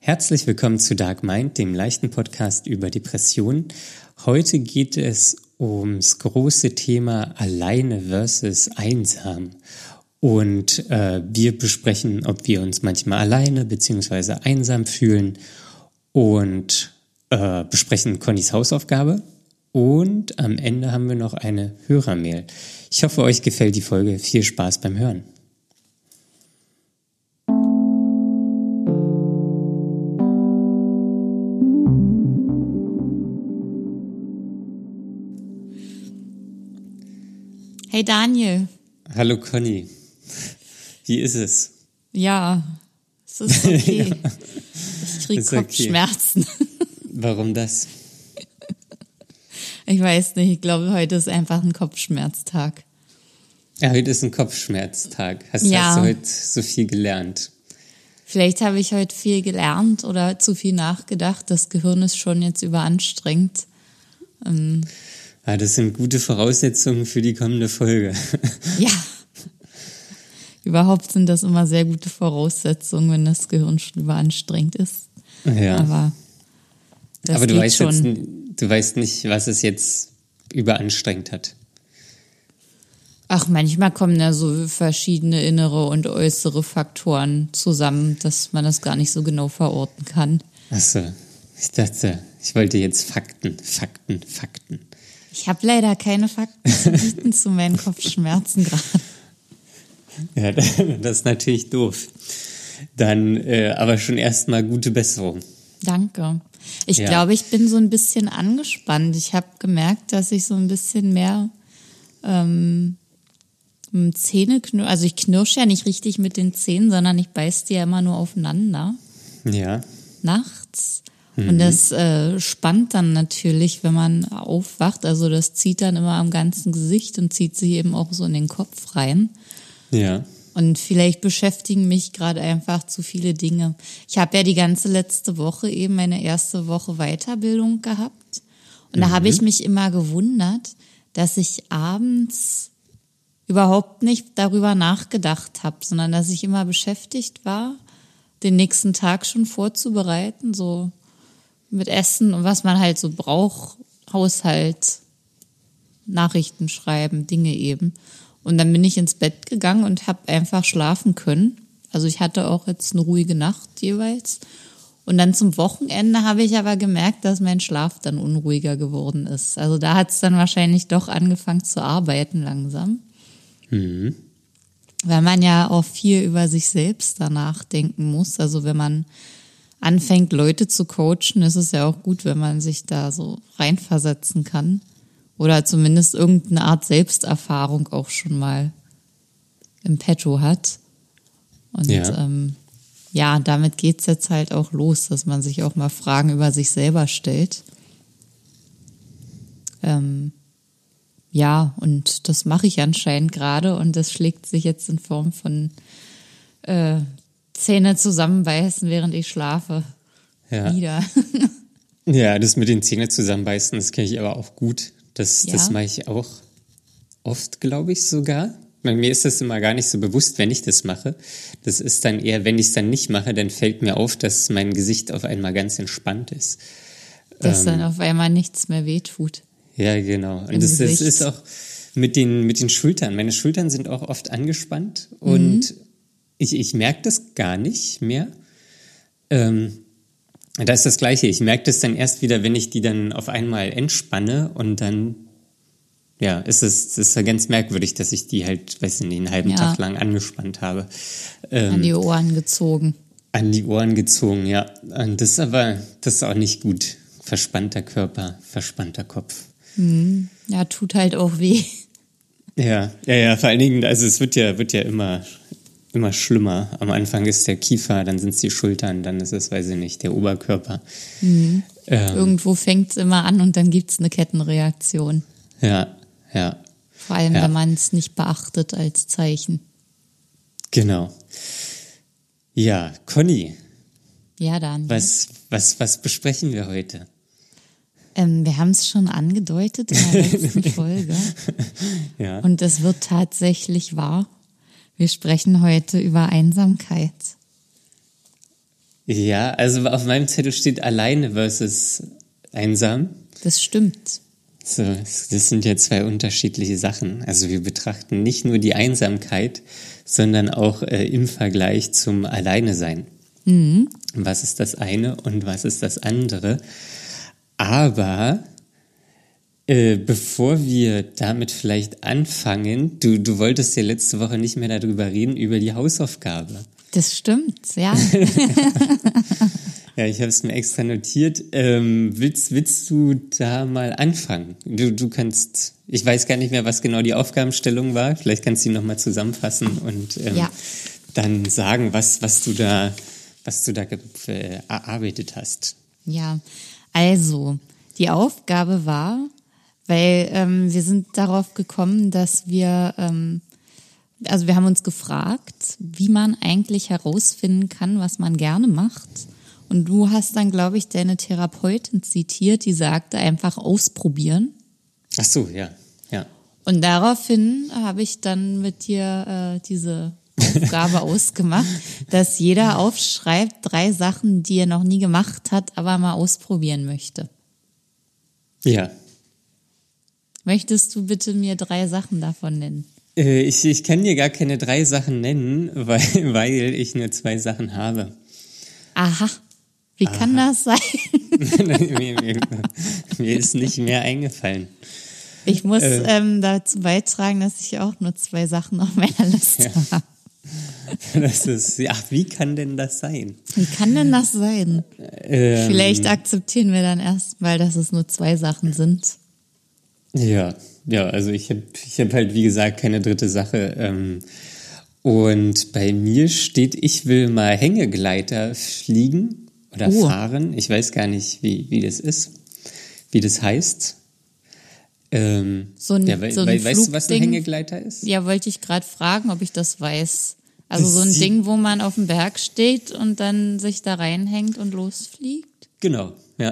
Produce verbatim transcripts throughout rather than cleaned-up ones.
Herzlich willkommen zu Dark Mind, dem leichten Podcast über Depressionen. Heute geht es ums große Thema Alleine versus Einsam. Und äh, wir besprechen, ob wir uns manchmal alleine bzw. einsam fühlen und äh, besprechen Connys Hausaufgabe. Und am Ende haben wir noch eine Hörermail. Ich hoffe, euch gefällt die Folge. Viel Spaß beim Hören. Hey Daniel. Hallo Conny. Wie ist es? Ja, es ist okay. Ja, ich kriege Kopfschmerzen. Okay. Warum das? Ich weiß nicht, ich glaube, heute ist einfach ein Kopfschmerztag. Ja, heute ist ein Kopfschmerztag. Hast, ja. hast du heute so viel gelernt? Vielleicht habe ich heute viel gelernt oder zu viel nachgedacht. Das Gehirn ist schon jetzt überanstrengt. Ähm, ja, das sind gute Voraussetzungen für die kommende Folge. Ja. Überhaupt sind das immer sehr gute Voraussetzungen, wenn das Gehirn schon überanstrengt ist. Ja. Aber, das Aber du geht weißt schon. jetzt, du weißt nicht, was es jetzt überanstrengt hat. Ach, manchmal kommen ja so verschiedene innere und äußere Faktoren zusammen, dass man das gar nicht so genau verorten kann. Ach so, ich dachte, ich wollte jetzt Fakten, Fakten, Fakten. Ich habe leider keine Fakten zu bieten zu meinen Kopfschmerzen gerade. Ja, das ist natürlich doof. Dann äh, aber schon erstmal gute Besserung. Danke. Ich Ja. glaube, ich bin so ein bisschen angespannt. Ich habe gemerkt, dass ich so ein bisschen mehr ähm, Zähne knirsch. Also ich knirsche ja nicht richtig mit den Zähnen, sondern ich beiß die ja immer nur aufeinander. Ja. Nachts. Und das äh, spannt dann natürlich, wenn man aufwacht. Also das zieht dann immer am ganzen Gesicht und zieht sich eben auch so in den Kopf rein. Ja. Und vielleicht beschäftigen mich gerade einfach zu viele Dinge. Ich habe ja die ganze letzte Woche eben meine erste Woche Weiterbildung gehabt. Und da Mhm. habe ich mich immer gewundert, dass ich abends überhaupt nicht darüber nachgedacht habe, sondern dass ich immer beschäftigt war, den nächsten Tag schon vorzubereiten, so mit Essen und was man halt so braucht, Haushalt, Nachrichten schreiben, Dinge eben. Und dann bin ich ins Bett gegangen und habe einfach schlafen können. Also ich hatte auch jetzt eine ruhige Nacht jeweils. Und dann zum Wochenende habe ich aber gemerkt, dass mein Schlaf dann unruhiger geworden ist. Also da hat es dann wahrscheinlich doch angefangen zu arbeiten langsam. Mhm. Weil man ja auch viel über sich selbst danach denken muss. Also wenn man anfängt, Leute zu coachen, ist es ja auch gut, wenn man sich da so reinversetzen kann. Oder zumindest irgendeine Art Selbsterfahrung auch schon mal im Petto hat. Und Ja. ähm, ja, damit geht's jetzt halt auch los, dass man sich auch mal Fragen über sich selber stellt. Ähm, ja, und das mache ich anscheinend gerade und das schlägt sich jetzt in Form von äh, Zähne zusammenbeißen, während ich schlafe, Ja. nieder. Ja, das mit den Zähnen zusammenbeißen, das kenne ich aber auch gut. Das, Ja. das mache ich auch oft, glaube ich sogar. Bei mir ist das immer gar nicht so bewusst, wenn ich das mache. Das ist dann eher, wenn ich es dann nicht mache, dann fällt mir auf, dass mein Gesicht auf einmal ganz entspannt ist. Dass Ähm, dann auf einmal nichts mehr wehtut. Ja, genau. Und Im das, das Gesicht. ist auch mit den, mit den Schultern. Meine Schultern sind auch oft angespannt und ich, ich merke das gar nicht mehr. Ähm, da ist das Gleiche. Ich merke das dann erst wieder, wenn ich die dann auf einmal entspanne und dann, ja, ist es, das ist ja ganz merkwürdig, dass ich die halt, weiß nicht, einen halben Ja. Tag lang angespannt habe. Ähm, An die Ohren gezogen. an die Ohren gezogen, ja. Und das ist aber, das ist auch nicht gut. Verspannter Körper, verspannter Kopf. Ja, tut halt auch weh. Ja, ja, ja, vor allen Dingen, also es wird ja, wird ja immer, immer schlimmer. Am Anfang ist der Kiefer, dann sind es die Schultern, dann ist es, weiß ich nicht, der Oberkörper. Ähm, Irgendwo fängt's immer an und dann gibt's eine Kettenreaktion. ja, ja, Vor allem, Ja. wenn man es nicht beachtet als Zeichen. genau. Ja, Conny, Ja, dann. was, was, was besprechen wir heute? Ähm, wir haben es schon angedeutet in der letzten Folge. Ja. Und es wird tatsächlich wahr. Wir sprechen heute über Einsamkeit. Ja, also auf meinem Zettel steht alleine versus einsam. Das stimmt. So, das sind ja zwei unterschiedliche Sachen. Also wir betrachten nicht nur die Einsamkeit, sondern auch äh, im Vergleich zum Alleinesein. Mhm. Was ist das eine und was ist das andere? Aber äh, bevor wir damit vielleicht anfangen, du, du wolltest ja letzte Woche nicht mehr darüber reden, über die Hausaufgabe. Das stimmt, ja. Ja, ich habe es mir extra notiert. Ähm, willst, willst du da mal anfangen? Du, du kannst, ich weiß gar nicht mehr, was genau die Aufgabenstellung war. Vielleicht kannst du die nochmal zusammenfassen und ähm, ja. dann sagen, was, was du da, was du da äh, erarbeitet hast. Ja, also die Aufgabe war, weil ähm, wir sind darauf gekommen, dass wir, ähm, also wir haben uns gefragt, wie man eigentlich herausfinden kann, was man gerne macht. Und du hast dann, glaube ich, deine Therapeutin zitiert, die sagte, einfach ausprobieren. Ach so, ja, ja. Und daraufhin habe ich dann mit dir äh, diese Aufgabe ausgemacht, dass jeder aufschreibt drei Sachen, die er noch nie gemacht hat, aber mal ausprobieren möchte. Ja. Möchtest du bitte mir drei Sachen davon nennen? Äh, ich, ich kann dir gar keine drei Sachen nennen, weil, weil ich nur zwei Sachen habe. Aha. Wie Aha. kann das sein? mir, mir, mir ist nicht mehr eingefallen. Ich muss äh, ähm, dazu beitragen, dass ich auch nur zwei Sachen auf meiner Liste ja. habe. Das ist, ach, wie kann denn das sein? Wie kann denn das sein? Ähm, Vielleicht akzeptieren wir dann erstmal, dass es nur zwei Sachen sind. Ja, ja, also ich habe ich hab halt, wie gesagt, keine dritte Sache. Ähm, und bei mir steht, ich will mal Hängegleiter fliegen. Oder oh. fahren. Ich weiß gar nicht, wie, wie das ist, wie das heißt. Ähm, so ein, ja, we- so ein we- weißt du, was ein Flugding? Hängegleiter ist? Ja, wollte ich gerade fragen, ob ich das weiß. Also das so ein sie- Ding, wo man auf dem Berg steht und dann sich da reinhängt und losfliegt? Genau, ja.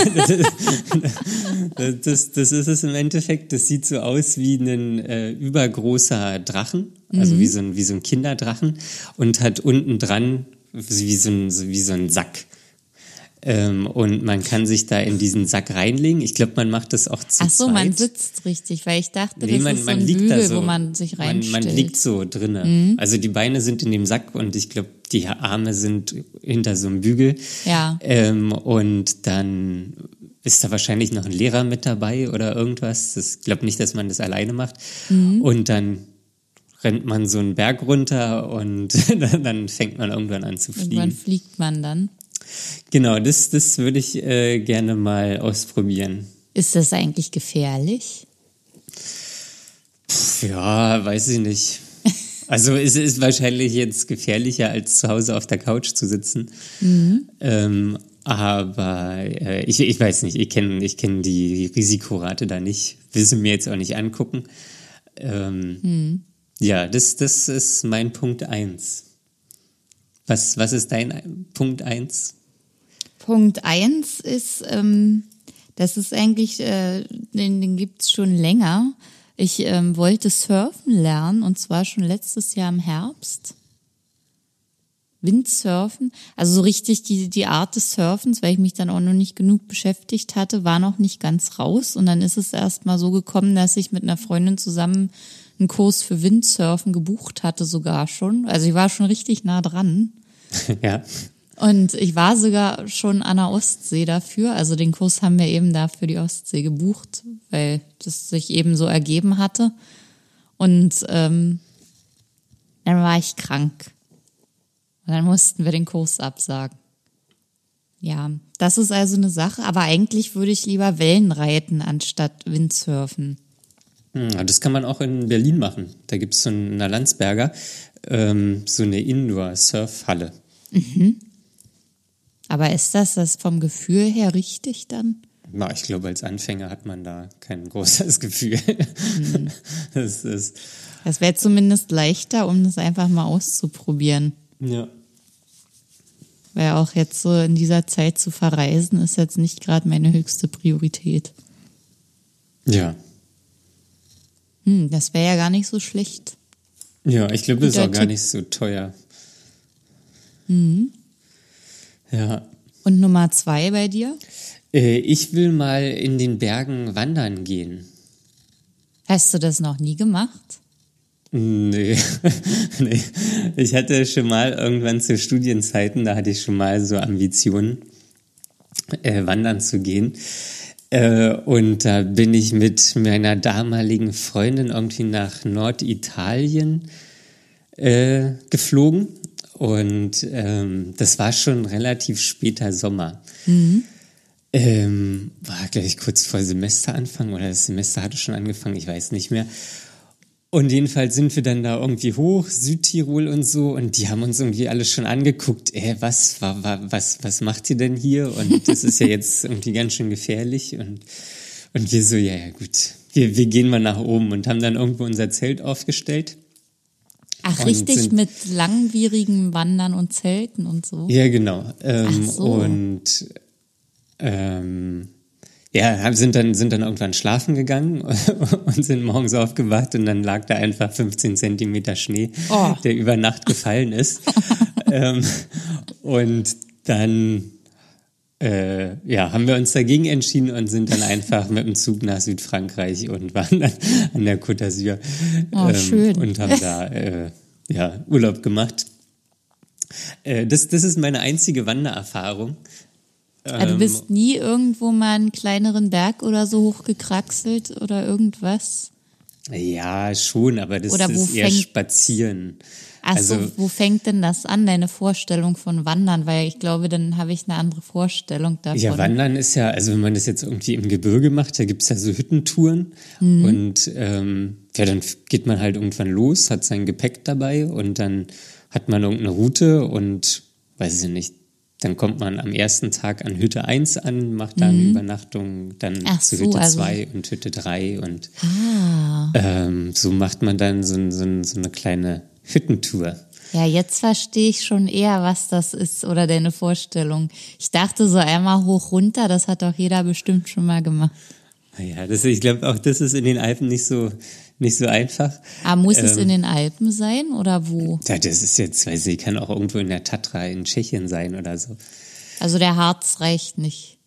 das, das ist es im Endeffekt. Das sieht so aus wie ein äh, übergroßer Drachen, also mhm. wie, so ein, wie so ein Kinderdrachen und hat unten dran wie so ein, wie so ein Sack. Ähm, und man kann sich da in diesen Sack reinlegen. Ich glaube, man macht das auch zu zweit. Ach so, zweit. man sitzt richtig, weil ich dachte, nee, das man, ist so man ein liegt Bügel, da so, wo man sich reinstellt. Man, man liegt so drinnen. Mhm. Also die Beine sind in dem Sack und ich glaube, die Arme sind hinter so einem Bügel. Ja. Ähm, und dann ist da wahrscheinlich noch ein Lehrer mit dabei oder irgendwas. Das, ich glaube nicht, dass man das alleine macht. Mhm. Und dann rennt man so einen Berg runter und dann fängt man irgendwann an zu fliegen. Irgendwann fliegt man dann. Genau, das, das würde ich äh, gerne mal ausprobieren. Ist das eigentlich gefährlich? Puh, ja, weiß ich nicht. Also es ist wahrscheinlich jetzt gefährlicher, als zu Hause auf der Couch zu sitzen. Mhm. Ähm, aber äh, ich, ich weiß nicht, ich kenne ich kenn die Risikorate da nicht. Will sie mir jetzt auch nicht angucken. Ähm, mhm. Ja, das, das ist mein Punkt eins. Was, was ist dein Punkt eins? Punkt eins ist, ähm, das ist eigentlich, äh, den, den gibt's schon länger. Ich ähm, wollte surfen lernen und zwar schon letztes Jahr im Herbst. Windsurfen, also so richtig die, die Art des Surfens, weil ich mich dann auch noch nicht genug beschäftigt hatte, war noch nicht ganz raus. Und dann ist es erst mal so gekommen, dass ich mit einer Freundin zusammen einen Kurs für Windsurfen gebucht hatte sogar schon. Also ich war schon richtig nah dran. Ja. Und ich war sogar schon an der Ostsee dafür. Also den Kurs haben wir eben da für die Ostsee gebucht, weil das sich eben so ergeben hatte. Und ähm, dann war ich krank. Und dann mussten wir den Kurs absagen. Ja, das ist also eine Sache. Aber eigentlich würde ich lieber Wellen reiten anstatt Windsurfen. Das kann man auch in Berlin machen. Da gibt es so in der Landsberger ähm, so eine Indoor-Surfhalle. Mhm. Aber ist das das vom Gefühl her richtig dann? Na, ich glaube, als Anfänger hat man da kein großes Gefühl. Mhm. Das ist. Das wäre zumindest leichter, um das einfach mal auszuprobieren. Ja. Weil auch jetzt so in dieser Zeit zu verreisen, ist jetzt nicht gerade meine höchste Priorität. Ja. Hm, das wäre ja gar nicht so schlecht. Ja, ich glaube, das ist auch gar nicht so teuer. Mhm. Ja. Und Nummer zwei bei dir? Äh, ich will mal in den Bergen wandern gehen. Hast du das noch nie gemacht? Nee. nee. Ich hatte schon mal irgendwann zu Studienzeiten, da hatte ich schon mal so Ambitionen, äh, wandern zu gehen. Äh, und da bin ich mit meiner damaligen Freundin irgendwie nach Norditalien äh, geflogen. Und ähm, das war schon relativ später Sommer. Mhm. Ähm, war gleich kurz vor Semesteranfang oder das Semester hatte schon angefangen, ich weiß nicht mehr. Und jedenfalls sind wir dann da irgendwie hoch, Südtirol und so, und die haben uns irgendwie alles schon angeguckt, äh, was, wa, wa, was, was macht ihr denn hier? Und das ist ja jetzt irgendwie ganz schön gefährlich. Und, und wir so, ja, ja gut, wir, wir gehen mal nach oben und haben dann irgendwo unser Zelt aufgestellt. Ach, Und richtig, sind, mit langwierigem Wandern und Zelten und so? Ja, genau. Ähm, Ach so. Und ähm, ja, sind dann, sind dann irgendwann schlafen gegangen und sind morgens aufgewacht und dann lag da einfach fünfzehn Zentimeter Schnee, Oh. der über Nacht gefallen ist. ähm, und dann äh, ja, haben wir uns dagegen entschieden und sind dann einfach mit dem Zug nach Südfrankreich und waren dann an der Côte d'Azur Oh, ähm, schön. und haben da äh, ja, Urlaub gemacht. Äh, das, das ist meine einzige Wandererfahrung. Also du bist nie irgendwo mal einen kleineren Berg oder so hochgekraxelt oder irgendwas? Ja, schon, aber das Oder wo ist eher fängt- Spazieren. Ach Also, so, wo fängt denn das an, deine Vorstellung von Wandern? Weil ich glaube, dann habe ich eine andere Vorstellung davon. ja, Wandern ist ja, also wenn man das jetzt irgendwie im Gebirge macht, da gibt's ja so Hüttentouren und ähm, ja, dann geht man halt irgendwann los, hat sein Gepäck dabei und dann hat man irgendeine Route und, weiß ich nicht, dann kommt man am ersten Tag an Hütte eins an, macht da eine Übernachtung, dann Ach zu so, Hütte also- zwei und Hütte drei und Ah, ähm, so macht man dann so, ein- so, ein- so eine kleine Hüttentour. ja, jetzt verstehe ich schon eher, was das ist oder deine Vorstellung. Ich dachte so einmal hoch runter, das hat doch jeder bestimmt schon mal gemacht. Ja, das, ich glaube auch, das ist in den Alpen nicht so, nicht so einfach. Aber muss es Ähm, in den Alpen sein oder wo? Ja, das ist jetzt, weiß ich, kann auch irgendwo in der Tatra in Tschechien sein oder so. Also der Harz reicht nicht.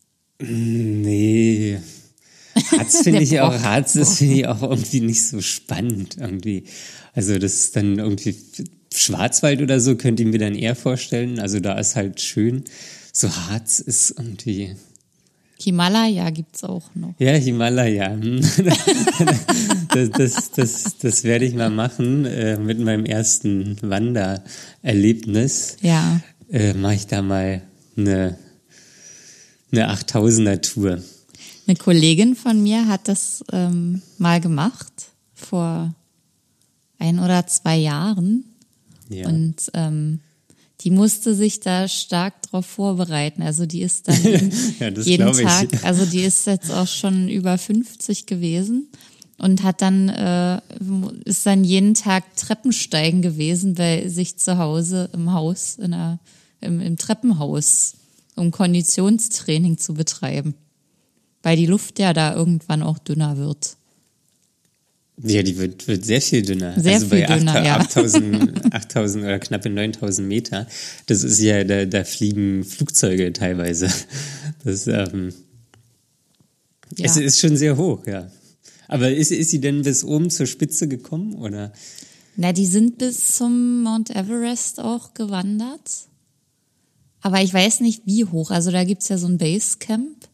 Nee. Harz finde Der ich auch, braucht- Harz, das finde ich auch irgendwie nicht so spannend irgendwie. Also das ist dann irgendwie Schwarzwald oder so, könnte ich mir dann eher vorstellen. Also da ist halt schön. So Harz ist irgendwie, Himalaya gibt's auch noch. ja, Himalaya. hm. das, das, das, das werde ich mal machen äh, mit meinem ersten Wandererlebnis. Ja. Äh, mache ich da mal eine, eine achttausender-Tour. Eine Kollegin von mir hat das ähm, mal gemacht, vor ein oder zwei Jahren. Ja. Und ähm, die musste sich da stark drauf vorbereiten. Also die ist dann jeden, Ja, das jeden glaub ich. Tag, also die ist jetzt auch schon über fünfzig gewesen und hat dann, äh, ist dann jeden Tag Treppensteigen gewesen bei sich zu Hause im Haus, in einer, im, im Treppenhaus, um Konditionstraining zu betreiben. Weil die Luft ja da irgendwann auch dünner wird. Ja, die wird, wird sehr viel dünner. Sehr also viel bei dünner, ja. achttausend, achttausend oder knappe neuntausend Meter. Das ist ja, da, da fliegen Flugzeuge teilweise. Das ähm, Ja. es ist schon sehr hoch, ja. Aber ist, ist sie denn bis oben zur Spitze gekommen, oder? Na, die sind bis zum Mount Everest auch gewandert. Aber ich weiß nicht, wie hoch. Also da gibt's ja so ein Basecamp.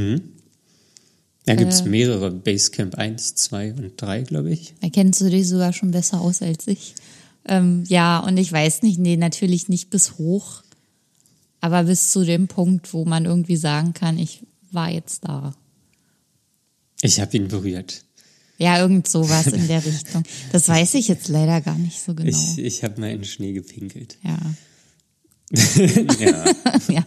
Da gibt's Äh. mehrere, Basecamp eins, zwei und drei, glaube ich. Da kennst du dich sogar schon besser aus als ich. Ähm, ja, und ich weiß nicht, nee, natürlich nicht bis hoch. Aber bis zu dem Punkt, wo man irgendwie sagen kann, ich war jetzt da. Ich habe ihn berührt. Ja, irgend sowas in der Richtung. Das weiß ich jetzt leider gar nicht so genau. Ich, ich habe mal in Schnee gepinkelt. Ja. Ja, ja.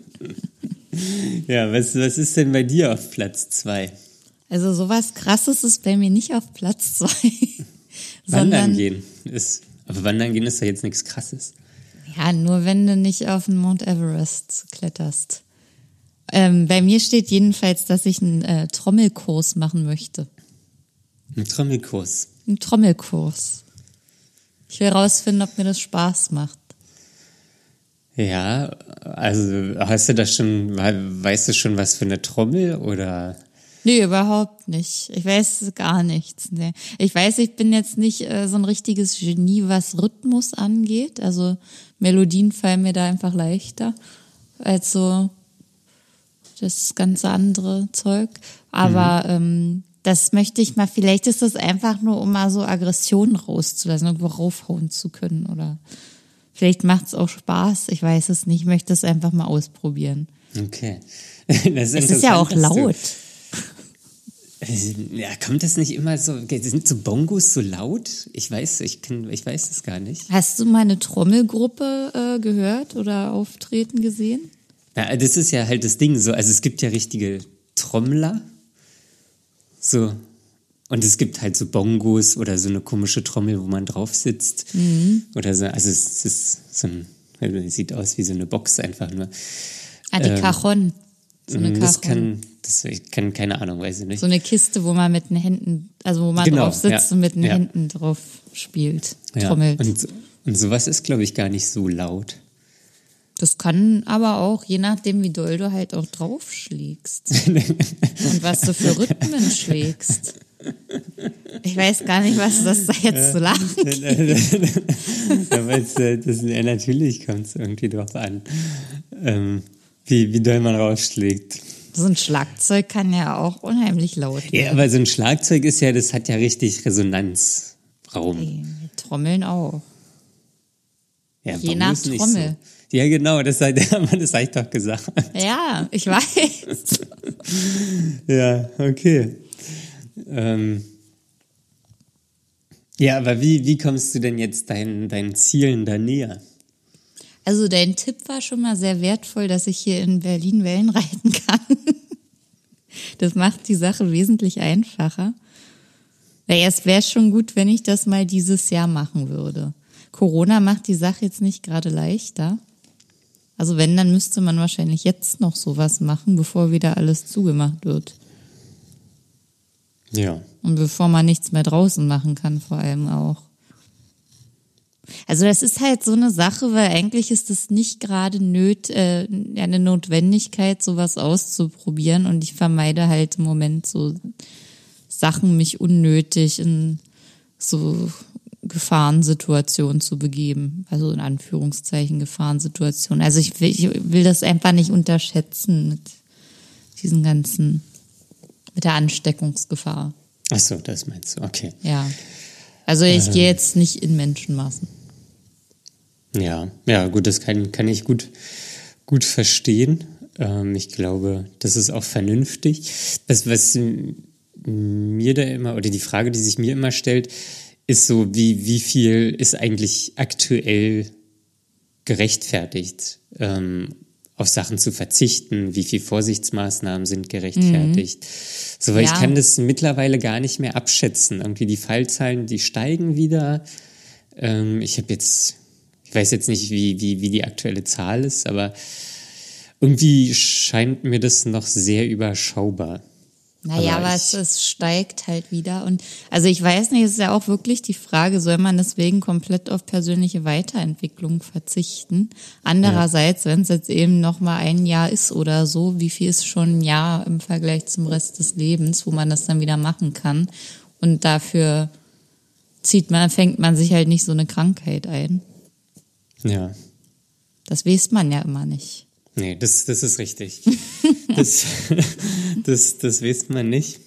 ja was, was ist denn bei dir auf Platz zwei? Also sowas Krasses ist bei mir nicht auf Platz zwei. Wandern sondern, gehen ist, aber Wandern gehen ist ja jetzt nichts Krasses. ja, nur wenn du nicht auf den Mount Everest kletterst. Ähm, bei mir steht jedenfalls, dass ich einen äh, Trommelkurs machen möchte. Ein Trommelkurs. Einen Trommelkurs. Ich will rausfinden, ob mir das Spaß macht. Ja, also hast du das schon, weißt du schon, was für eine Trommel oder? Nee, überhaupt nicht. Ich weiß gar nichts. Nee. Ich weiß, ich bin jetzt nicht äh, so ein richtiges Genie, was Rhythmus angeht. Also Melodien fallen mir da einfach leichter als so das ganze andere Zeug. Aber mhm. ähm, das möchte ich mal, vielleicht ist das einfach nur, um mal so Aggressionen rauszulassen, irgendwo raufhauen zu können. Oder vielleicht macht es auch Spaß, ich weiß es nicht, ich möchte es einfach mal ausprobieren. Okay. Das ist es ist ja auch laut. Du, ja, kommt das nicht immer so, sind so Bongos so laut? Ich weiß, ich, kann, ich weiß es gar nicht. Hast du mal eine Trommelgruppe äh, gehört oder auftreten gesehen? Ja, das ist ja halt das Ding so, also es gibt ja richtige Trommler, so, und es gibt halt so Bongos oder so eine komische Trommel, wo man drauf sitzt, mhm. oder so, also es ist so ein, es sieht aus wie so eine Box einfach nur. Ah, die ähm, Cajon. So eine das kann, das ich kann, keine Ahnung, weiß ich nicht. So eine Kiste, wo man mit den Händen, also wo man genau, drauf sitzt ja, und mit den ja. Händen drauf spielt, trommelt. Ja, und, und sowas ist, glaube ich, gar nicht so laut. Das kann aber auch, je nachdem, wie doll du halt auch draufschlägst. Und was du für Rhythmen schlägst. Ich weiß gar nicht, was das da jetzt so lachen gibt. Aber das, das, ja, natürlich kommt es irgendwie drauf an, ähm, wie, wie doll man raufschlägt. So ein Schlagzeug kann ja auch unheimlich laut werden. Ja, aber so ein Schlagzeug ist ja, das hat ja richtig Resonanzraum. Hey, Trommeln auch. Ja, je nach Trommel. So. Ja, genau, das hat das habe ich doch gesagt. Ja, ich weiß. Ja, okay. Ähm, ja, aber wie, wie kommst du denn jetzt deinen, deinen Zielen da näher? Also dein Tipp war schon mal sehr wertvoll, dass ich hier in Berlin Wellen reiten kann. Das macht die Sache wesentlich einfacher. Naja, es wäre schon gut, wenn ich das mal dieses Jahr machen würde. Corona macht die Sache jetzt nicht gerade leichter. Also wenn, dann müsste man wahrscheinlich jetzt noch sowas machen, bevor wieder alles zugemacht wird. Ja. Und bevor man nichts mehr draußen machen kann, vor allem auch. Also das ist halt so eine Sache, weil eigentlich ist es nicht gerade nöt, äh, eine Notwendigkeit, sowas auszuprobieren. Und ich vermeide halt im Moment so Sachen, mich unnötig in so Gefahrensituationen zu begeben. Also in Anführungszeichen Gefahrensituationen. Also ich will, ich will das einfach nicht unterschätzen mit diesen ganzen, mit der Ansteckungsgefahr. Ach so, das meinst du, okay. Ja. Also ich ähm, gehe jetzt nicht in Menschenmassen. Ja, ja, gut, das kann, kann ich gut, gut verstehen. Ähm, ich glaube, das ist auch vernünftig. Das, was mir da immer, oder die Frage, die sich mir immer stellt, ist so, wie, wie viel ist eigentlich aktuell gerechtfertigt, ähm, auf Sachen zu verzichten, wie viel Vorsichtsmaßnahmen sind gerechtfertigt. Mhm. So, weil ja. ich kann das mittlerweile gar nicht mehr abschätzen. Irgendwie die Fallzahlen, die steigen wieder. Ähm, ich habe jetzt, ich weiß jetzt nicht, wie, wie, wie die aktuelle Zahl ist, aber irgendwie scheint mir das noch sehr überschaubar. Naja, aber, aber es, es steigt halt wieder. Und also ich weiß nicht, es ist ja auch wirklich die Frage, soll man deswegen komplett auf persönliche Weiterentwicklung verzichten? Andererseits, ja. wenn es jetzt eben noch mal ein Jahr ist oder so, wie viel ist schon ein Jahr im Vergleich zum Rest des Lebens, wo man das dann wieder machen kann? Und dafür zieht man, fängt man sich halt nicht so eine Krankheit ein. Ja. Das weiß man ja immer nicht. Nee, das, das ist richtig. das, das, das weiß man nicht.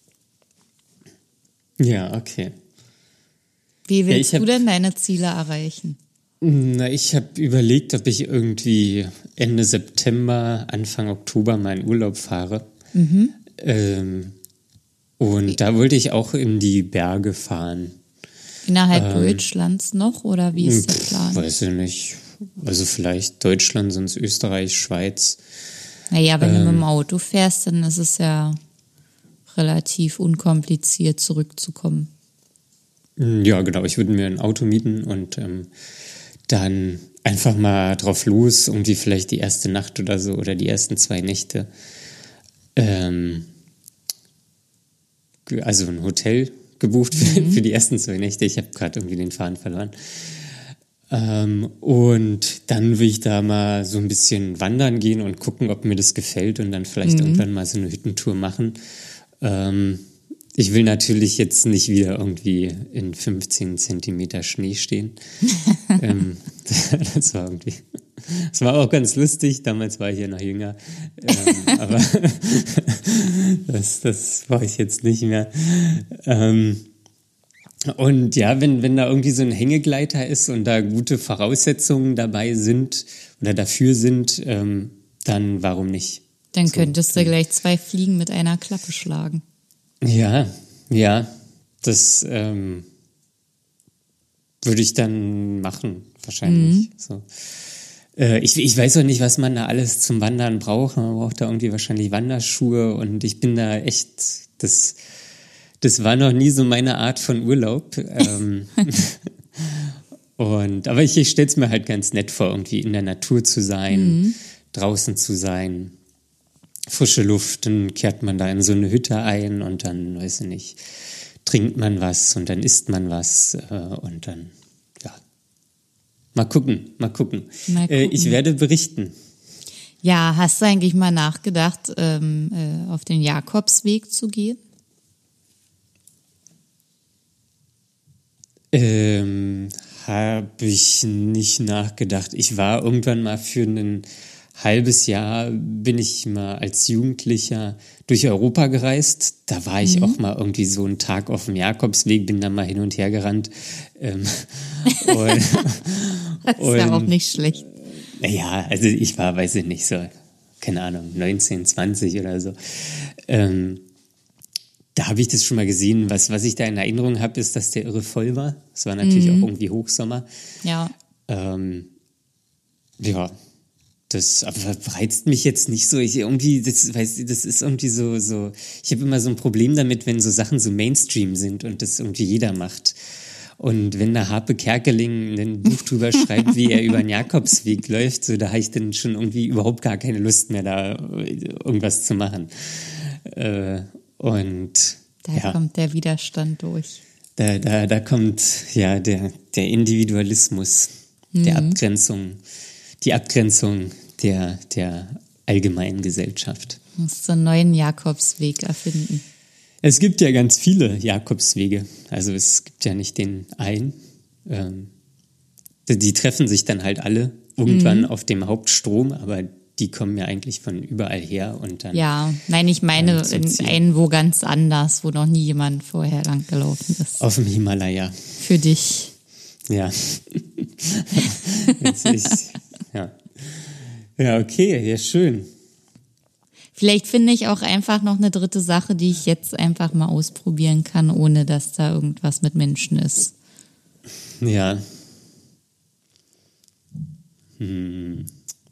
Ja, okay. Wie willst ja, du hab, denn deine Ziele erreichen? Na, ich habe überlegt, ob ich irgendwie Ende September, Anfang Oktober mal in Urlaub fahre. Mhm. Ähm, und wie? Da wollte ich auch in die Berge fahren. Innerhalb ähm, Deutschlands noch, oder wie ist der Plan? Weiß ich nicht. Also vielleicht Deutschland, sonst Österreich, Schweiz. Naja, wenn ähm, du mit dem Auto fährst, dann ist es ja relativ unkompliziert zurückzukommen. Ja, genau. Ich würde mir ein Auto mieten und ähm, dann einfach mal drauf los, irgendwie vielleicht die erste Nacht oder so oder die ersten zwei Nächte. Ähm, also ein Hotel gebucht für, mhm. für die ersten zwei Nächte. Ich habe gerade irgendwie den Faden verloren. Ähm, und dann will ich da mal so ein bisschen wandern gehen und gucken, ob mir das gefällt und dann vielleicht mhm. irgendwann mal so eine Hüttentour machen. Ähm, ich will natürlich jetzt nicht wieder irgendwie in fünfzehn Zentimeter Schnee stehen. ähm, das war irgendwie, das war auch ganz lustig. Damals war ich ja noch jünger. Ähm, aber das, das war ich jetzt nicht mehr. Ähm, Und ja, wenn, wenn da irgendwie so ein Hängegleiter ist und da gute Voraussetzungen dabei sind oder dafür sind, ähm, dann warum nicht? Dann so, könntest du gleich zwei Fliegen mit einer Klappe schlagen. Ja, ja, das ähm, würde ich dann machen, wahrscheinlich. Mhm. So. Äh, ich, ich weiß auch nicht, was man da alles zum Wandern braucht. Man braucht da irgendwie wahrscheinlich Wanderschuhe und ich bin da echt, das... Das war noch nie so meine Art von Urlaub. ähm, und, aber ich, ich stelle es mir halt ganz nett vor, irgendwie in der Natur zu sein, mhm. draußen zu sein, frische Luft, dann kehrt man da in so eine Hütte ein und dann, weiß ich nicht, trinkt man was und dann isst man was äh, und dann, ja, mal gucken, mal gucken. Mal gucken. Äh, ich werde berichten. Ja, hast du eigentlich mal nachgedacht, ähm, äh, auf den Jakobsweg zu gehen? Ähm, habe ich nicht nachgedacht. Ich war irgendwann mal für ein halbes Jahr, bin ich mal als Jugendlicher durch Europa gereist. Da war ich mhm. auch mal irgendwie so einen Tag auf dem Jakobsweg, bin da mal hin und her gerannt. Ähm, und, das ist und, ja auch nicht schlecht. Naja, also ich war, weiß ich nicht, so, keine Ahnung, neunzehn, zwanzig oder so. Ähm, Da habe ich das schon mal gesehen. Was, was ich da in Erinnerung habe, ist, dass der irre voll war. Es war natürlich mhm. auch irgendwie Hochsommer. Ja. Ähm, ja, das aber reizt mich jetzt nicht so. Ich irgendwie, das, weiß, das ist irgendwie so, so. Ich habe immer so ein Problem damit, wenn so Sachen so Mainstream sind und das irgendwie jeder macht. Und wenn da Harpe Kerkeling ein Buch drüber schreibt, wie er über den Jakobsweg läuft, so, da habe ich dann schon irgendwie überhaupt gar keine Lust mehr, da irgendwas zu machen. Äh, Und da ja, kommt der Widerstand durch. Da, da, da kommt ja der, der Individualismus, mhm. der Abgrenzung, die Abgrenzung der, der allgemeinen Gesellschaft. Du musst so einen neuen Jakobsweg erfinden. Es gibt ja ganz viele Jakobswege. Also es gibt ja nicht den einen. Ähm, die treffen sich dann halt alle irgendwann mhm. auf dem Hauptstrom, aber die kommen ja eigentlich von überall her und dann. Ja, nein, ich meine in einen wo ganz anders, wo noch nie jemand vorher lang gelaufen ist. Auf dem Himalaya. Für dich. Ja. Jetzt ich, ja. Ja, okay, ja, schön. Vielleicht finde ich auch einfach noch eine dritte Sache, die ich jetzt einfach mal ausprobieren kann, ohne dass da irgendwas mit Menschen ist. Ja. Hm.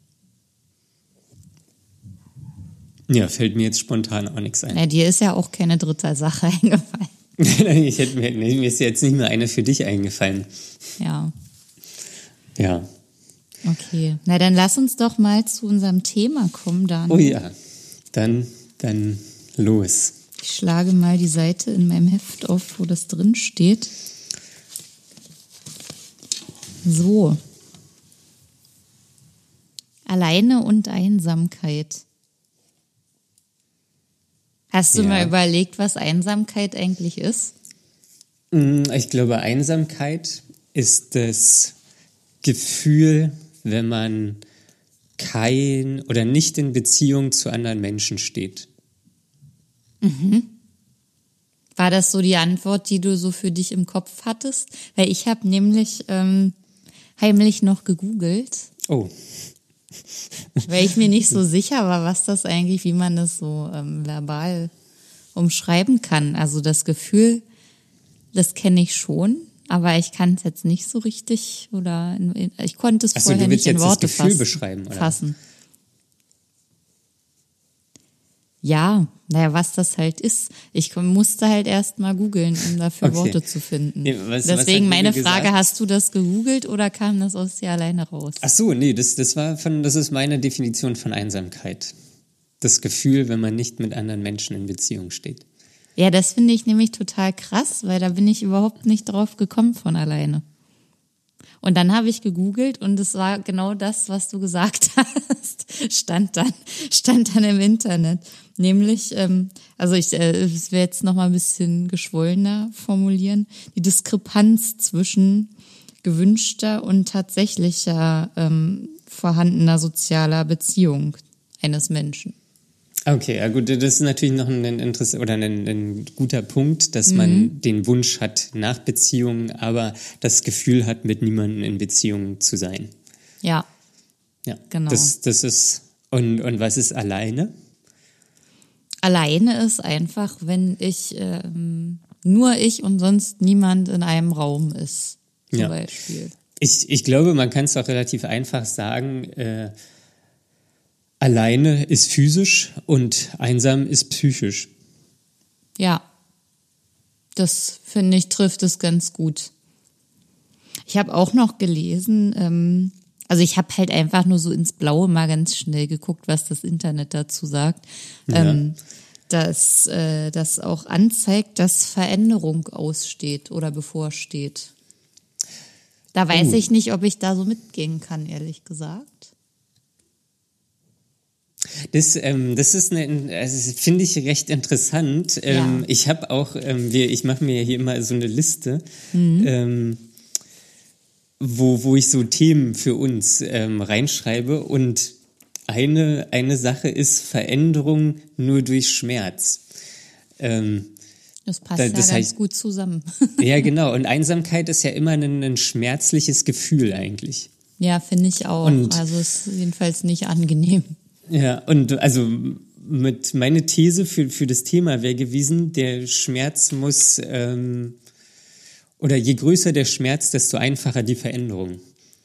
Ja, fällt mir jetzt spontan auch nichts ein. Ja, dir ist ja auch keine dritte Sache eingefallen. ich hätte mir, mir ist jetzt nicht mehr eine für dich eingefallen. Ja. Ja. Okay, na dann lass uns doch mal zu unserem Thema kommen, Daniel. Oh ja, dann, dann los. Ich schlage mal die Seite in meinem Heft auf, wo das drin steht. So. Alleine und Einsamkeit. Hast du ja. mal überlegt, was Einsamkeit eigentlich ist? Ich glaube, Einsamkeit ist das Gefühl, wenn man kein oder nicht in Beziehung zu anderen Menschen steht. Mhm. War das so die Antwort, die du so für dich im Kopf hattest? Weil ich habe nämlich ähm, heimlich noch gegoogelt. Oh. Weil ich mir nicht so sicher war, was das eigentlich, wie man das so ähm, verbal umschreiben kann. Also das Gefühl, das kenne ich schon, aber ich kann es jetzt nicht so richtig oder in, in, ich konnte es Achso, vorher du willst nicht in jetzt Worte das Gefühl fassen, beschreiben, oder? fassen. Ja, naja, was das halt ist. Ich musste halt erst mal googeln, um dafür okay. Worte zu finden. Ja, was, Deswegen was meine Frage, gesagt? Hast du das gegoogelt oder kam das aus dir alleine raus? Ach so, nee, das, das war von, das ist meine Definition von Einsamkeit. Das Gefühl, wenn man nicht mit anderen Menschen in Beziehung steht. Ja, das finde ich nämlich total krass, weil da bin ich überhaupt nicht drauf gekommen von alleine. Und dann habe ich gegoogelt und es war genau das, was du gesagt hast, stand dann, stand dann im Internet. Nämlich, ähm, also ich äh, es werde jetzt nochmal ein bisschen geschwollener formulieren, die Diskrepanz zwischen gewünschter und tatsächlicher ähm, vorhandener sozialer Beziehung eines Menschen. Okay, ja gut, das ist natürlich noch ein Interesse oder ein, ein guter Punkt, dass mhm. man den Wunsch hat nach Beziehungen, aber das Gefühl hat, mit niemandem in Beziehung zu sein. Ja. Ja, genau. Das, das ist, und, und was ist alleine? Alleine ist einfach, wenn ich, ähm, nur ich und sonst niemand in einem Raum ist, zum ja. Beispiel. Ich, ich glaube, man kann es auch relativ einfach sagen, äh, alleine ist physisch und einsam ist psychisch. Ja, das finde ich trifft es ganz gut. Ich habe auch noch gelesen, ähm, also ich habe halt einfach nur so ins Blaue mal ganz schnell geguckt, was das Internet dazu sagt, ja. ähm, dass äh, das auch anzeigt, dass Veränderung aussteht oder bevorsteht. Da weiß oh. ich nicht, ob ich da so mitgehen kann, ehrlich gesagt. Das, ähm, das ist eine, also finde ich recht interessant. Ähm, ja. Ich habe auch, ähm, wir, ich mache mir hier immer so eine Liste, mhm. ähm, wo, wo ich so Themen für uns ähm, reinschreibe. Und eine, eine Sache ist Veränderung nur durch Schmerz. Ähm, das passt da, ja das ganz heißt, gut zusammen. Ja, genau. Und Einsamkeit ist ja immer ein, ein schmerzliches Gefühl eigentlich. Ja, finde ich auch. Und, also ist jedenfalls nicht angenehm. Ja, und also mit meine These für, für das Thema wäre gewesen, der Schmerz muss, ähm, oder je größer der Schmerz, desto einfacher die Veränderung.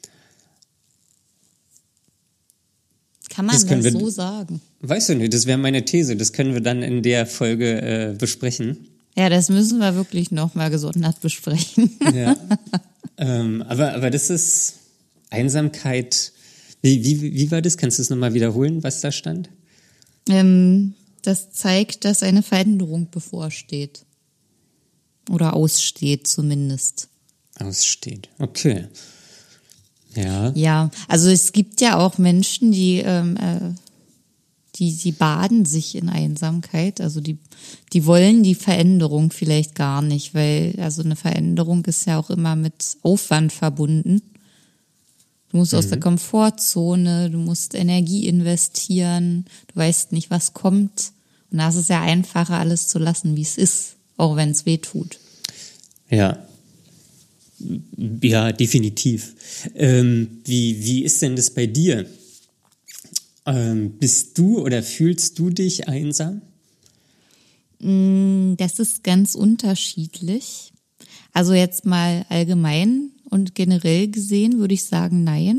Kann man das, das wir, so sagen? Weißt du nicht, das wäre meine These. Das können wir dann in der Folge äh, besprechen. Ja, das müssen wir wirklich nochmal gesondert besprechen. Ja, ähm, aber, aber das ist Einsamkeit. Wie, wie, wie war das? Kannst du es nochmal wiederholen, was da stand? Ähm, das zeigt, dass eine Veränderung bevorsteht. Oder aussteht zumindest. Aussteht, okay. Ja. Ja, also es gibt ja auch Menschen, die, ähm, äh, die, die baden sich in Einsamkeit. Also die, die wollen die Veränderung vielleicht gar nicht, weil also eine Veränderung ist ja auch immer mit Aufwand verbunden. Du musst mhm. aus der Komfortzone, du musst Energie investieren, du weißt nicht, was kommt. Und da ist es ja einfacher, alles zu lassen, wie es ist, auch wenn es weh tut. Ja, ja, definitiv. Ähm, wie, wie ist denn das bei dir? Ähm, bist du oder fühlst du dich einsam? Das ist ganz unterschiedlich. Also jetzt mal allgemein und generell gesehen würde ich sagen, nein.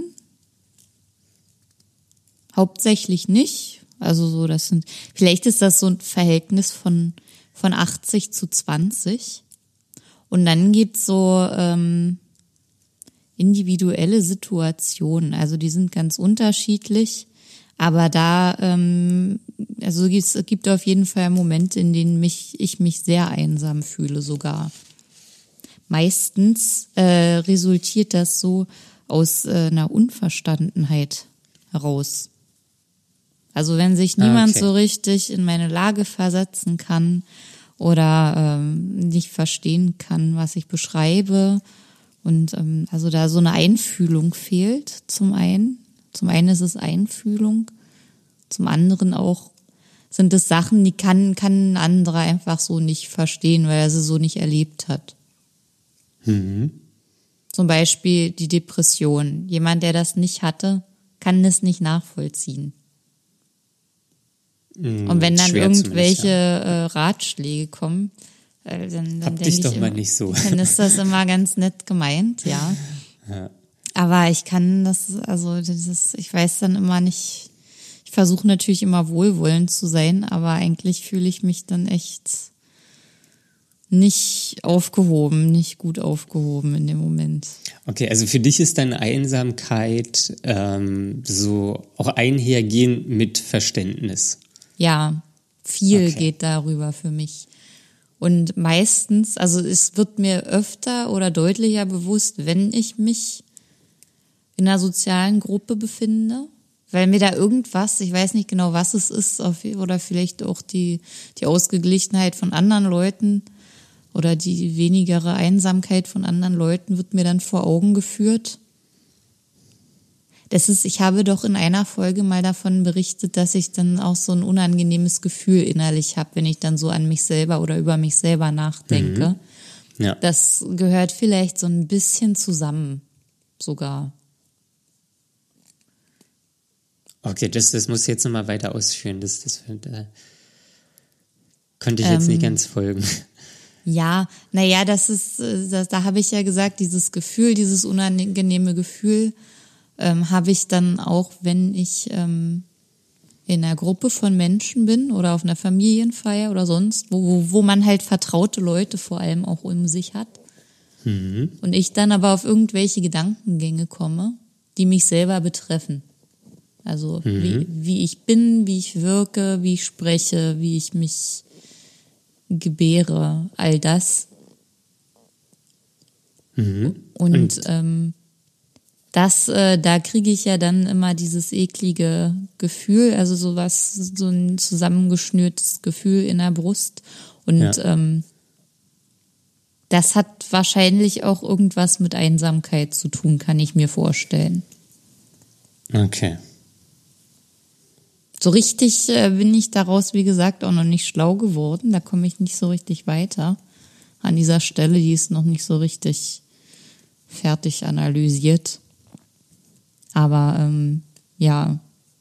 Hauptsächlich nicht. Also so, das sind, vielleicht ist das so ein Verhältnis von, von achtzig zu zwanzig. Und dann gibt's so ähm, individuelle Situationen. Also die sind ganz unterschiedlich. Aber da, ähm, also es gibt auf jeden Fall Momente, in denen mich, ich mich sehr einsam fühle sogar. Meistens äh, resultiert das so aus äh, einer Unverstandenheit heraus. Also wenn sich niemand okay. so richtig in meine Lage versetzen kann oder ähm, nicht verstehen kann, was ich beschreibe und ähm, also da so eine Einfühlung fehlt zum einen. Zum einen ist es Einfühlung, zum anderen auch sind es Sachen, die kann, kann ein anderer einfach so nicht verstehen, weil er sie so nicht erlebt hat. Mhm. Zum Beispiel die Depression. Jemand, der das nicht hatte, kann das nicht nachvollziehen. Mhm, und wenn dann irgendwelche ja. äh, Ratschläge kommen, äh, dann, dann denke ich doch immer, mal nicht so. Dann ist das immer ganz nett gemeint, ja. ja. Aber ich kann das, also dieses, ich weiß dann immer nicht, ich versuche natürlich immer wohlwollend zu sein, aber eigentlich fühle ich mich dann echt nicht aufgehoben, nicht gut aufgehoben in dem Moment. Okay, also für dich ist dann Einsamkeit ähm, so auch einhergehend mit Verständnis. Ja, viel okay. geht darüber für mich. Und meistens, also es wird mir öfter oder deutlicher bewusst, wenn ich mich in einer sozialen Gruppe befinde, weil mir da irgendwas, ich weiß nicht genau, was es ist, oder vielleicht auch die, die Ausgeglichenheit von anderen Leuten oder die wenigere Einsamkeit von anderen Leuten wird mir dann vor Augen geführt. Das ist, ich habe doch in einer Folge mal davon berichtet, dass ich dann auch so ein unangenehmes Gefühl innerlich habe, wenn ich dann so an mich selber oder über mich selber nachdenke. Mhm. Ja. Das gehört vielleicht so ein bisschen zusammen sogar. Okay, das, das muss ich jetzt nochmal weiter ausführen. Das, das da konnte ich jetzt ähm, nicht ganz folgen. Ja, naja, das ist, das, da habe ich ja gesagt, dieses Gefühl, dieses unangenehme Gefühl ähm, habe ich dann auch, wenn ich ähm, in einer Gruppe von Menschen bin oder auf einer Familienfeier oder sonst, wo, wo, wo man halt vertraute Leute vor allem auch um sich hat. Mhm. Und ich dann aber auf irgendwelche Gedankengänge komme, die mich selber betreffen. Also mhm. wie, wie ich bin, wie ich wirke, wie ich spreche, wie ich mich gebäre, all das. Mhm. Und, Und ähm, das, äh, da kriege ich ja dann immer dieses eklige Gefühl, also sowas, so ein zusammengeschnürtes Gefühl in der Brust. Und ja. ähm, das hat wahrscheinlich auch irgendwas mit Einsamkeit zu tun, kann ich mir vorstellen. Okay. So richtig äh, bin ich daraus, wie gesagt, auch noch nicht schlau geworden. Da komme ich nicht so richtig weiter. An dieser Stelle, die ist noch nicht so richtig fertig analysiert. Aber ähm, ja,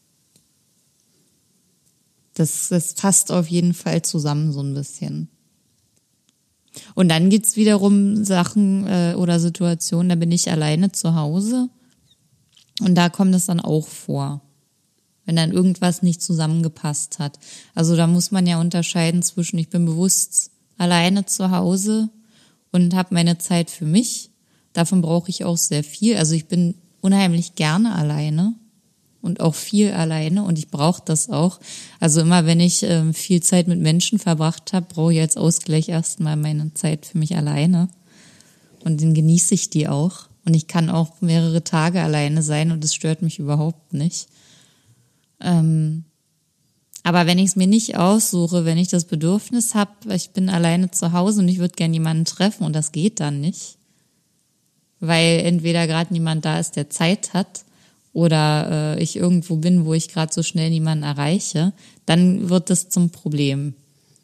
das, das passt auf jeden Fall zusammen so ein bisschen. Und dann gibt's wiederum Sachen äh, oder Situationen, da bin ich alleine zu Hause und da kommt es dann auch vor, wenn dann irgendwas nicht zusammengepasst hat. Also da muss man ja unterscheiden zwischen, ich bin bewusst alleine zu Hause und habe meine Zeit für mich. Davon brauche ich auch sehr viel. Also ich bin unheimlich gerne alleine und auch viel alleine und ich brauche das auch. Also immer, wenn ich äh, viel Zeit mit Menschen verbracht habe, brauche ich als Ausgleich erstmal meine Zeit für mich alleine und dann genieße ich die auch. Und ich kann auch mehrere Tage alleine sein und es stört mich überhaupt nicht. Ähm, aber wenn ich es mir nicht aussuche, wenn ich das Bedürfnis habe, ich bin alleine zu Hause und ich würde gerne jemanden treffen und das geht dann nicht, weil entweder gerade niemand da ist, der Zeit hat oder äh, ich irgendwo bin, wo ich gerade so schnell niemanden erreiche, dann wird das zum Problem.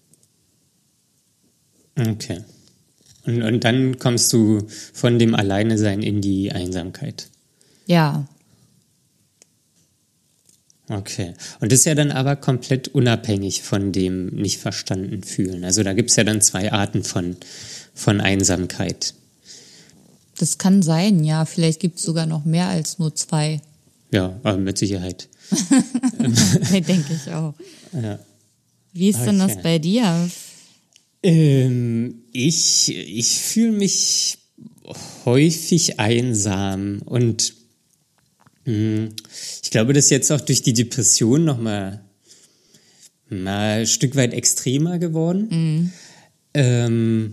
Okay. Und, und dann kommst du von dem Alleinesein in die Einsamkeit. Ja. Okay. Und das ist ja dann aber komplett unabhängig von dem nicht verstanden fühlen. Also da gibt es ja dann zwei Arten von, von Einsamkeit. Das kann sein, ja. Vielleicht gibt es sogar noch mehr als nur zwei. Ja, aber mit Sicherheit. Denke ich auch. Ja. Wie ist okay. denn das bei dir? Ähm, ich ich fühle mich häufig einsam und mh, ich glaube, das ist jetzt auch durch die Depression nochmal mal ein Stück weit extremer geworden. Mhm. Ähm,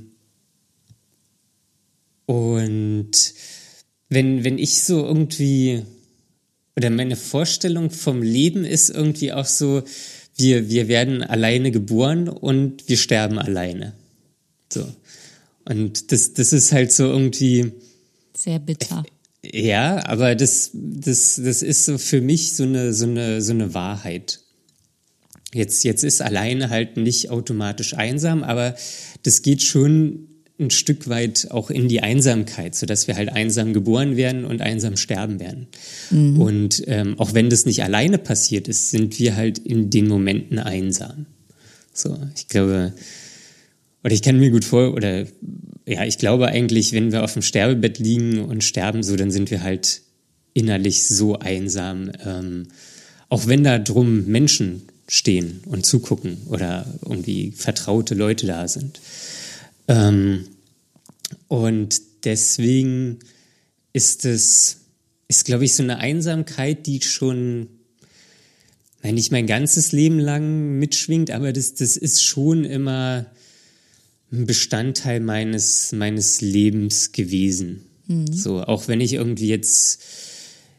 und wenn, wenn ich so irgendwie, oder meine Vorstellung vom Leben ist irgendwie auch so, wir, wir werden alleine geboren und wir sterben alleine. So. Und das, das ist halt so irgendwie... Sehr bitter. Ja, aber das, das, das ist so für mich so eine, so eine, so eine Wahrheit. Jetzt, jetzt ist alleine halt nicht automatisch einsam, aber das geht schon ein Stück weit auch in die Einsamkeit, sodass wir halt einsam geboren werden und einsam sterben werden. Mhm. Und ähm, auch wenn das nicht alleine passiert ist, sind wir halt in den Momenten einsam. So, ich glaube, oder ich kann mir gut vor, oder ja, ich glaube eigentlich, wenn wir auf dem Sterbebett liegen und sterben, so, dann sind wir halt innerlich so einsam, ähm, auch wenn da drum Menschen stehen und zugucken oder irgendwie vertraute Leute da sind. Ähm, und deswegen ist es, ist glaube ich so eine Einsamkeit, die schon, nein, nicht mein ganzes Leben lang mitschwingt, aber das, das ist schon immer ein Bestandteil meines, meines Lebens gewesen. Mhm. So, auch wenn ich irgendwie jetzt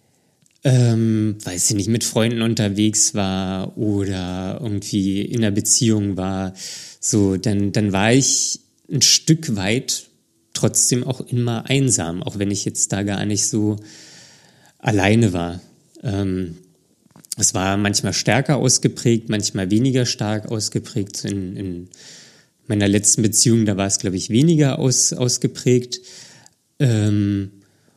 ähm, weiß ich nicht, mit Freunden unterwegs war oder irgendwie in einer Beziehung war, so, dann, dann war ich ein Stück weit trotzdem auch immer einsam, auch wenn ich jetzt da gar nicht so alleine war. Ähm, es war manchmal stärker ausgeprägt, manchmal weniger stark ausgeprägt. In, in meiner letzten Beziehung, da war es, glaube ich, weniger aus, ausgeprägt. Ähm,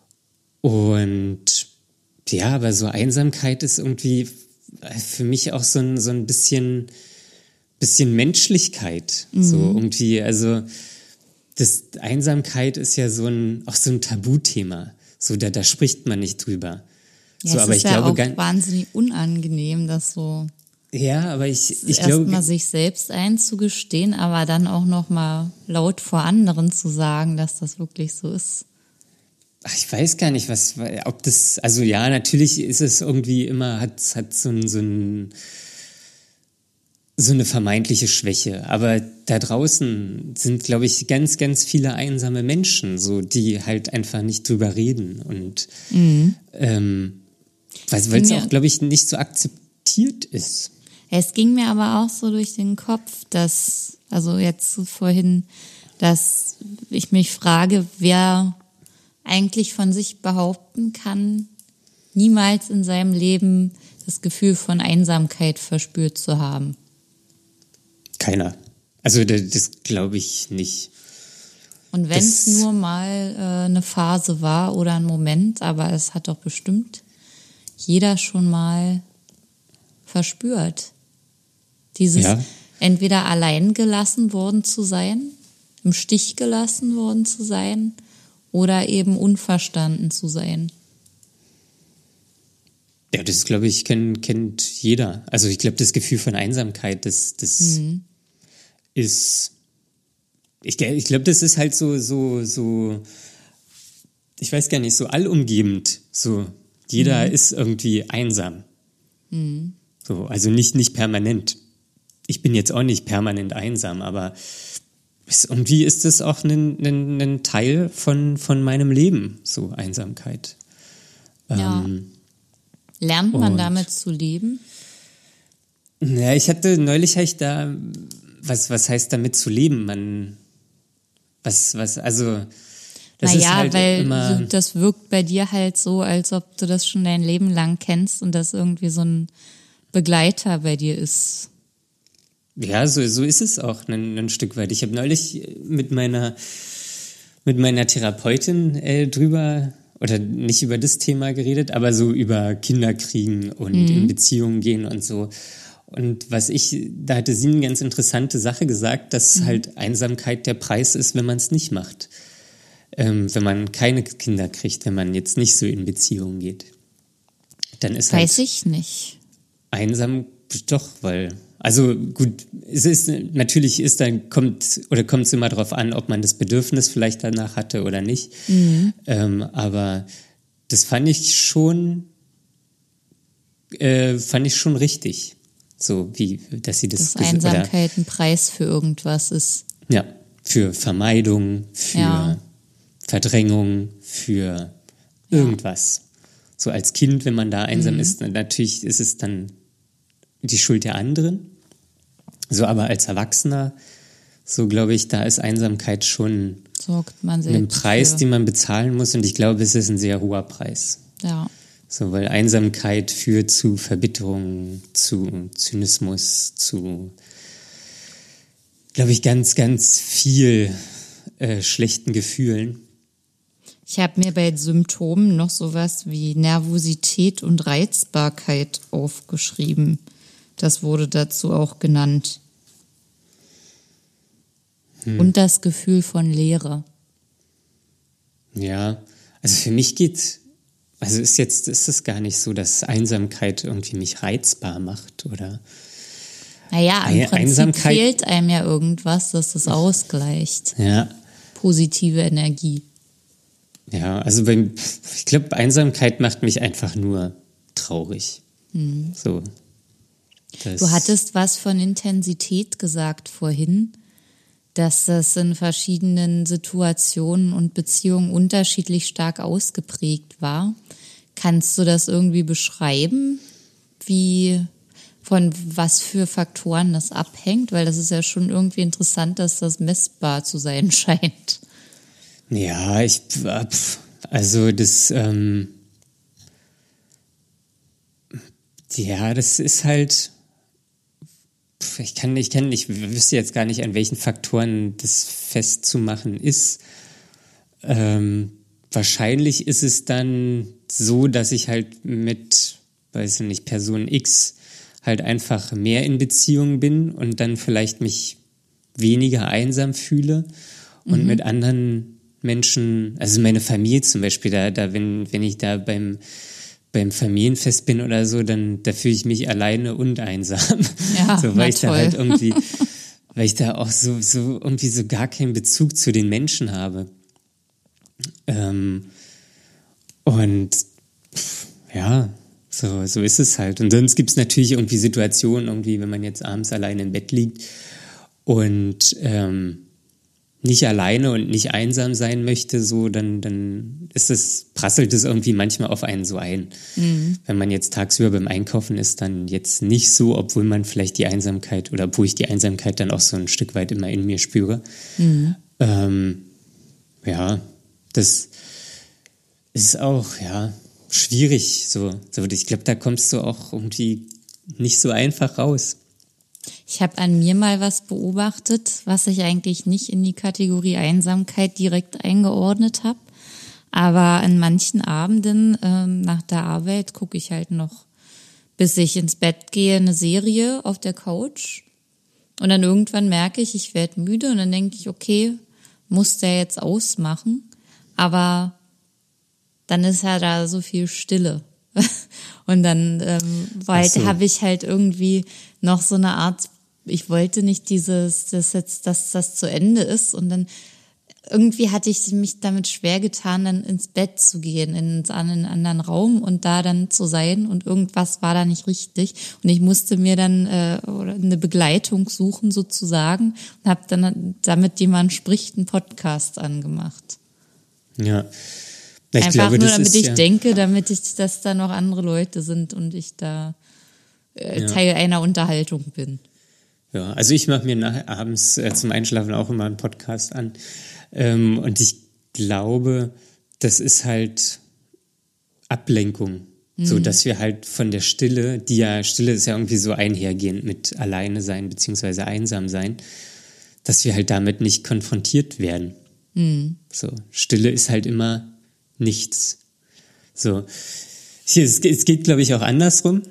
und ja, aber so Einsamkeit ist irgendwie für mich auch so ein, so ein bisschen, bisschen Menschlichkeit. Mhm. So irgendwie, also das Einsamkeit ist ja so ein, auch so ein Tabuthema. So, da, da spricht man nicht drüber. Ja, so, es aber ist ich ja glaube, auch gar, wahnsinnig unangenehm, das so. Ja, aber ich, ich erst glaube. mal sich selbst einzugestehen, aber dann auch noch mal laut vor anderen zu sagen, dass das wirklich so ist. Ach, ich weiß gar nicht, was, ob das, also ja, natürlich ist es irgendwie immer, hat, hat so ein, so ein, so eine vermeintliche Schwäche. Aber da draußen sind, glaube ich, ganz, ganz viele einsame Menschen, so, die halt einfach nicht drüber reden und, mhm. ähm, weil es auch, glaube ich, nicht so akzeptiert ist. Es ging mir aber auch so durch den Kopf, dass, also jetzt vorhin, dass ich mich frage, wer eigentlich von sich behaupten kann, niemals in seinem Leben das Gefühl von Einsamkeit verspürt zu haben. Keiner. Also das, das glaube ich nicht. Und wenn es nur mal äh, eine Phase war oder ein Moment, aber es hat doch bestimmt jeder schon mal verspürt. Dieses ja. entweder allein gelassen worden zu sein, im Stich gelassen worden zu sein oder eben unverstanden zu sein. Ja, das glaube ich, kennt, kennt jeder. Also ich glaube, das Gefühl von Einsamkeit, das, das mhm. ist, ich, ich glaube, das ist halt so, so, so, ich weiß gar nicht, so allumgebend. So, jeder mhm. ist irgendwie einsam. Mhm. So, also nicht, nicht permanent. Ich bin jetzt auch nicht permanent einsam, aber es, irgendwie ist es auch ein, ein, ein Teil von, von meinem Leben, so Einsamkeit. Ja. Ähm, Lernt man damit zu leben? Ja, ich hatte, neulich habe ich da, was, was heißt damit zu leben? Man, was, was, also, das naja, ist halt weil immer, so, das wirkt bei dir halt so, als ob du das schon dein Leben lang kennst und das irgendwie so ein Begleiter bei dir ist. Ja, so, so ist es auch ein, ein Stück weit. Ich habe neulich mit meiner, mit meiner Therapeutin äh, drüber, oder nicht über das Thema geredet, aber so über Kinder kriegen und mhm. in Beziehungen gehen und so. Und was ich, da hatte sie eine ganz interessante Sache gesagt, dass mhm. halt Einsamkeit der Preis ist, wenn man es nicht macht. Ähm, wenn man keine Kinder kriegt, wenn man jetzt nicht so in Beziehungen geht. Dann ist Weiß halt ich nicht. Einsam, doch, weil, also gut, es ist, natürlich ist dann, kommt, oder kommt es immer darauf an, ob man das Bedürfnis vielleicht danach hatte oder nicht. Mhm. Ähm, aber das fand ich schon, äh, fand ich schon richtig. So, wie, dass sie das... Dass Einsamkeit ein Preis für irgendwas ist. Ja, für Vermeidung, für ja. Verdrängung, für irgendwas. Ja. So als Kind, wenn man da einsam mhm. ist, natürlich ist es dann die Schuld der anderen. So, aber als Erwachsener, so glaube ich, da ist Einsamkeit schon sorgt man selbst ein Preis, für. den man bezahlen muss. Und ich glaube, es ist ein sehr hoher Preis. Ja. So, weil Einsamkeit führt zu Verbitterung, zu Zynismus, zu, glaube ich, ganz, ganz viel äh, schlechten Gefühlen. Ich habe mir bei Symptomen noch sowas wie Nervosität und Reizbarkeit aufgeschrieben. Das wurde dazu auch genannt. Hm. Und das Gefühl von Leere. Ja, also für mich geht, also ist jetzt, ist es gar nicht so, dass Einsamkeit irgendwie mich reizbar macht, oder? Naja, im Prinzip Einsamkeit fehlt einem ja irgendwas, das das ausgleicht. Ja. Positive Energie. Ja, also beim, ich glaube, Einsamkeit macht mich einfach nur traurig. Hm. So. Du hattest was von Intensität gesagt vorhin, dass das in verschiedenen Situationen und Beziehungen unterschiedlich stark ausgeprägt war. Kannst du das irgendwie beschreiben, wie, von was für Faktoren das abhängt? Weil das ist ja schon irgendwie interessant, dass das messbar zu sein scheint. Ja, ich, also das, ähm, ja, das ist halt, ich kann, ich kann, ich wüsste jetzt gar nicht, an welchen Faktoren das festzumachen ist. Ähm, wahrscheinlich ist es dann so, dass ich halt mit, weiß ich nicht, Person X halt einfach mehr in Beziehung bin und dann vielleicht mich weniger einsam fühle und mhm. mit anderen Menschen, also meine Familie zum Beispiel, da, da wenn, wenn ich da beim beim Familienfest bin oder so, dann da fühle ich mich alleine und einsam. Ja, so, weil ich toll. da halt irgendwie, weil ich da auch so, so irgendwie so gar keinen Bezug zu den Menschen habe. Ähm, und ja, so, so ist es halt. Und sonst gibt es natürlich irgendwie Situationen, irgendwie, wenn man jetzt abends alleine im Bett liegt und ähm, nicht alleine und nicht einsam sein möchte, so, dann, dann ist es, prasselt es irgendwie manchmal auf einen so ein. Mhm. Wenn man jetzt tagsüber beim Einkaufen ist, dann jetzt nicht so, obwohl man vielleicht die Einsamkeit oder obwohl ich die Einsamkeit dann auch so ein Stück weit immer in mir spüre. Mhm. Ähm, ja, das ist auch, ja, schwierig, so. so ich glaube, da kommst du auch irgendwie nicht so einfach raus. Ich habe an mir mal was beobachtet, was ich eigentlich nicht in die Kategorie Einsamkeit direkt eingeordnet habe. Aber an manchen Abenden ähm, nach der Arbeit gucke ich halt noch, bis ich ins Bett gehe, eine Serie auf der Couch. Und dann irgendwann merke ich, ich werde müde und dann denke ich, okay, muss der jetzt ausmachen. Aber dann ist ja da so viel Stille. Und dann ähm, so. habe ich halt irgendwie noch so eine Art, ich wollte nicht dieses, das jetzt, dass das zu Ende ist. Und dann irgendwie hatte ich mich damit schwer getan, dann ins Bett zu gehen, in einen anderen Raum und da dann zu sein. Und irgendwas war da nicht richtig. Und ich musste mir dann äh, eine Begleitung suchen sozusagen und habe dann, damit jemand spricht, einen Podcast angemacht. Ja. Ich Einfach glaube, nur, das damit ist, ich ja. denke, damit ich, dass da noch andere Leute sind und ich da äh, ja. Teil einer Unterhaltung bin. Ja, also ich mache mir nach, abends äh, zum Einschlafen auch immer einen Podcast an. Ähm, und ich glaube, das ist halt Ablenkung. Mhm. So, dass wir halt von der Stille, die ja, Stille ist ja irgendwie so einhergehend mit Alleine sein beziehungsweise einsam sein, dass wir halt damit nicht konfrontiert werden. Mhm. So, Stille ist halt immer nichts. So. Hier, es, es geht, glaube ich, auch andersrum.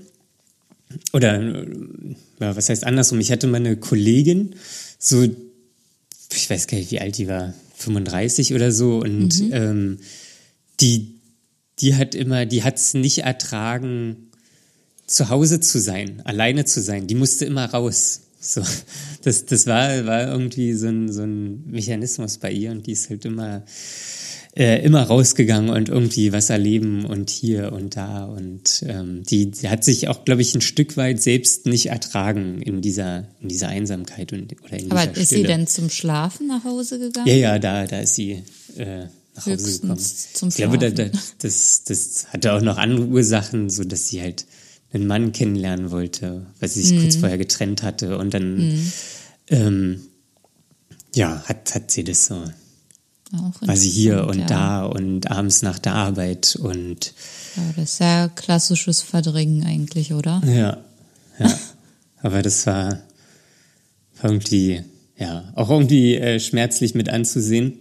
Oder, ja, was heißt andersrum? Ich hatte mal eine Kollegin, so, ich weiß gar nicht, wie alt die war, fünfunddreißig oder so, und mhm. ähm, die, die hat immer, die hat es nicht ertragen, zu Hause zu sein, alleine zu sein. Die musste immer raus. So, das, das war, war irgendwie so ein, so ein Mechanismus bei ihr, und die ist halt immer Äh, immer rausgegangen und irgendwie was erleben und hier und da, und ähm, die, die hat sich auch, glaube ich, ein Stück weit selbst nicht ertragen in dieser in dieser Einsamkeit und oder in Aber dieser ist Stille. Sie denn zum Schlafen nach Hause gegangen? Ja, ja, da da ist sie äh, nach Hause Höchstens gekommen. Zum ich glaube, da, Schlafen. da, das das hatte auch noch andere Ursachen, so dass sie halt einen Mann kennenlernen wollte, weil sie sich mm. kurz vorher getrennt hatte, und dann mm. ähm, ja hat hat sie das so. War sie hier und ja. da und abends nach der Arbeit und ja, das ist ja klassisches Verdrängen eigentlich, oder? Ja, ja. Aber das war irgendwie, ja, auch irgendwie äh, schmerzlich mit anzusehen.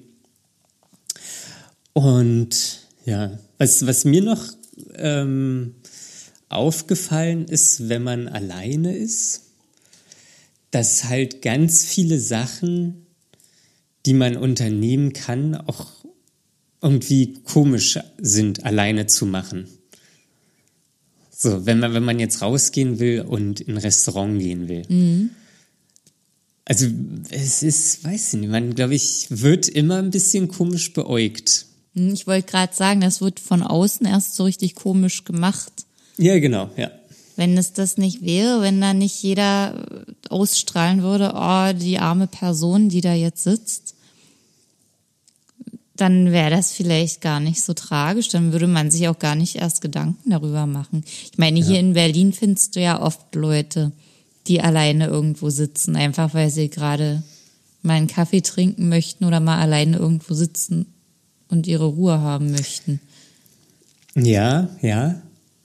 Und ja, was, was mir noch ähm, aufgefallen ist, wenn man alleine ist, dass halt ganz viele Sachen, die man unternehmen kann, auch irgendwie komisch sind, alleine zu machen. So, wenn man, wenn man jetzt rausgehen will und in ein Restaurant gehen will. Mhm. Also, es ist, weiß ich nicht, man, glaube ich, wird immer ein bisschen komisch beäugt. Ich wollte gerade sagen, das wird von außen erst so richtig komisch gemacht. Ja, genau, ja. Wenn es das nicht wäre, wenn da nicht jeder ausstrahlen würde, oh, die arme Person, die da jetzt sitzt, dann wäre das vielleicht gar nicht so tragisch. Dann würde man sich auch gar nicht erst Gedanken darüber machen. Ich meine, hier ja. in Berlin findest du ja oft Leute, die alleine irgendwo sitzen, einfach weil sie gerade mal einen Kaffee trinken möchten oder mal alleine irgendwo sitzen und ihre Ruhe haben möchten. Ja, ja.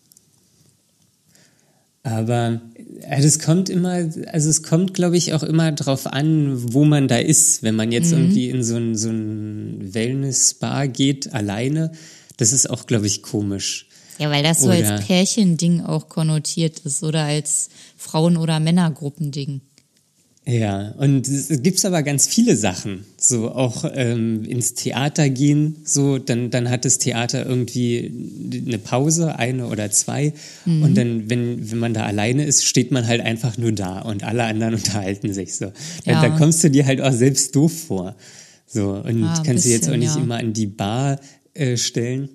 Aber also es kommt immer, also es kommt, glaube ich, auch immer drauf an, wo man da ist. Wenn man jetzt mhm. irgendwie in so ein, so ein Wellness-Spa geht, alleine, das ist auch, glaube ich, komisch. Ja, weil das so oder, als Pärchending auch konnotiert ist oder als Frauen- oder Männergruppending. Ja, und es gibt aber ganz viele Sachen, so auch ähm, ins Theater gehen, so dann dann hat das Theater irgendwie eine Pause, eine oder zwei, mhm. und dann wenn wenn man da alleine ist, steht man halt einfach nur da und alle anderen unterhalten sich so. Dann, ja. dann kommst du dir halt auch selbst doof vor, so und ah, kannst du jetzt auch nicht ja. immer an die Bar äh, stellen.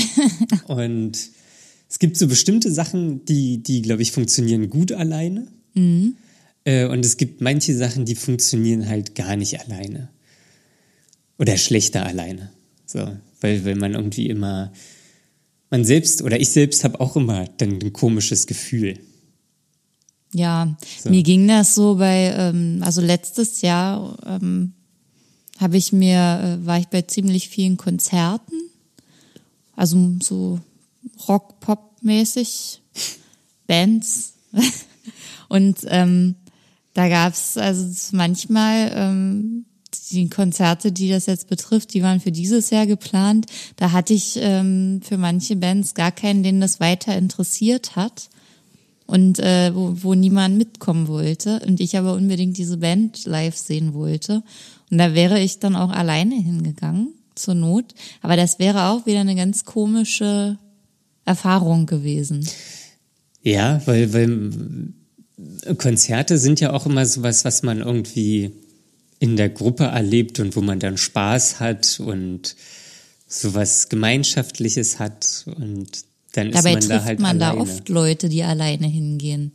Und es gibt so bestimmte Sachen, die die glaube ich funktionieren gut alleine. Mhm. Und es gibt manche Sachen, die funktionieren halt gar nicht alleine. Oder schlechter alleine. So, weil, weil man irgendwie immer, man selbst oder ich selbst habe auch immer dann ein komisches Gefühl. Ja, so. Mir ging das so bei, ähm, also letztes Jahr ähm, habe ich mir, äh, war ich bei ziemlich vielen Konzerten, also so Rock-Pop-mäßig, Bands. Und ähm, da gab's also manchmal ähm, die Konzerte, die das jetzt betrifft, die waren für dieses Jahr geplant. Da hatte ich ähm, für manche Bands gar keinen, den das weiter interessiert hat und äh, wo, wo niemand mitkommen wollte. Und ich aber unbedingt diese Band live sehen wollte. Und da wäre ich dann auch alleine hingegangen, zur Not. Aber das wäre auch wieder eine ganz komische Erfahrung gewesen. Ja, weil, weil Konzerte sind ja auch immer sowas, was man irgendwie in der Gruppe erlebt und wo man dann Spaß hat und sowas Gemeinschaftliches hat und dann Dabei ist man da halt man alleine. Da oft Leute, die alleine hingehen.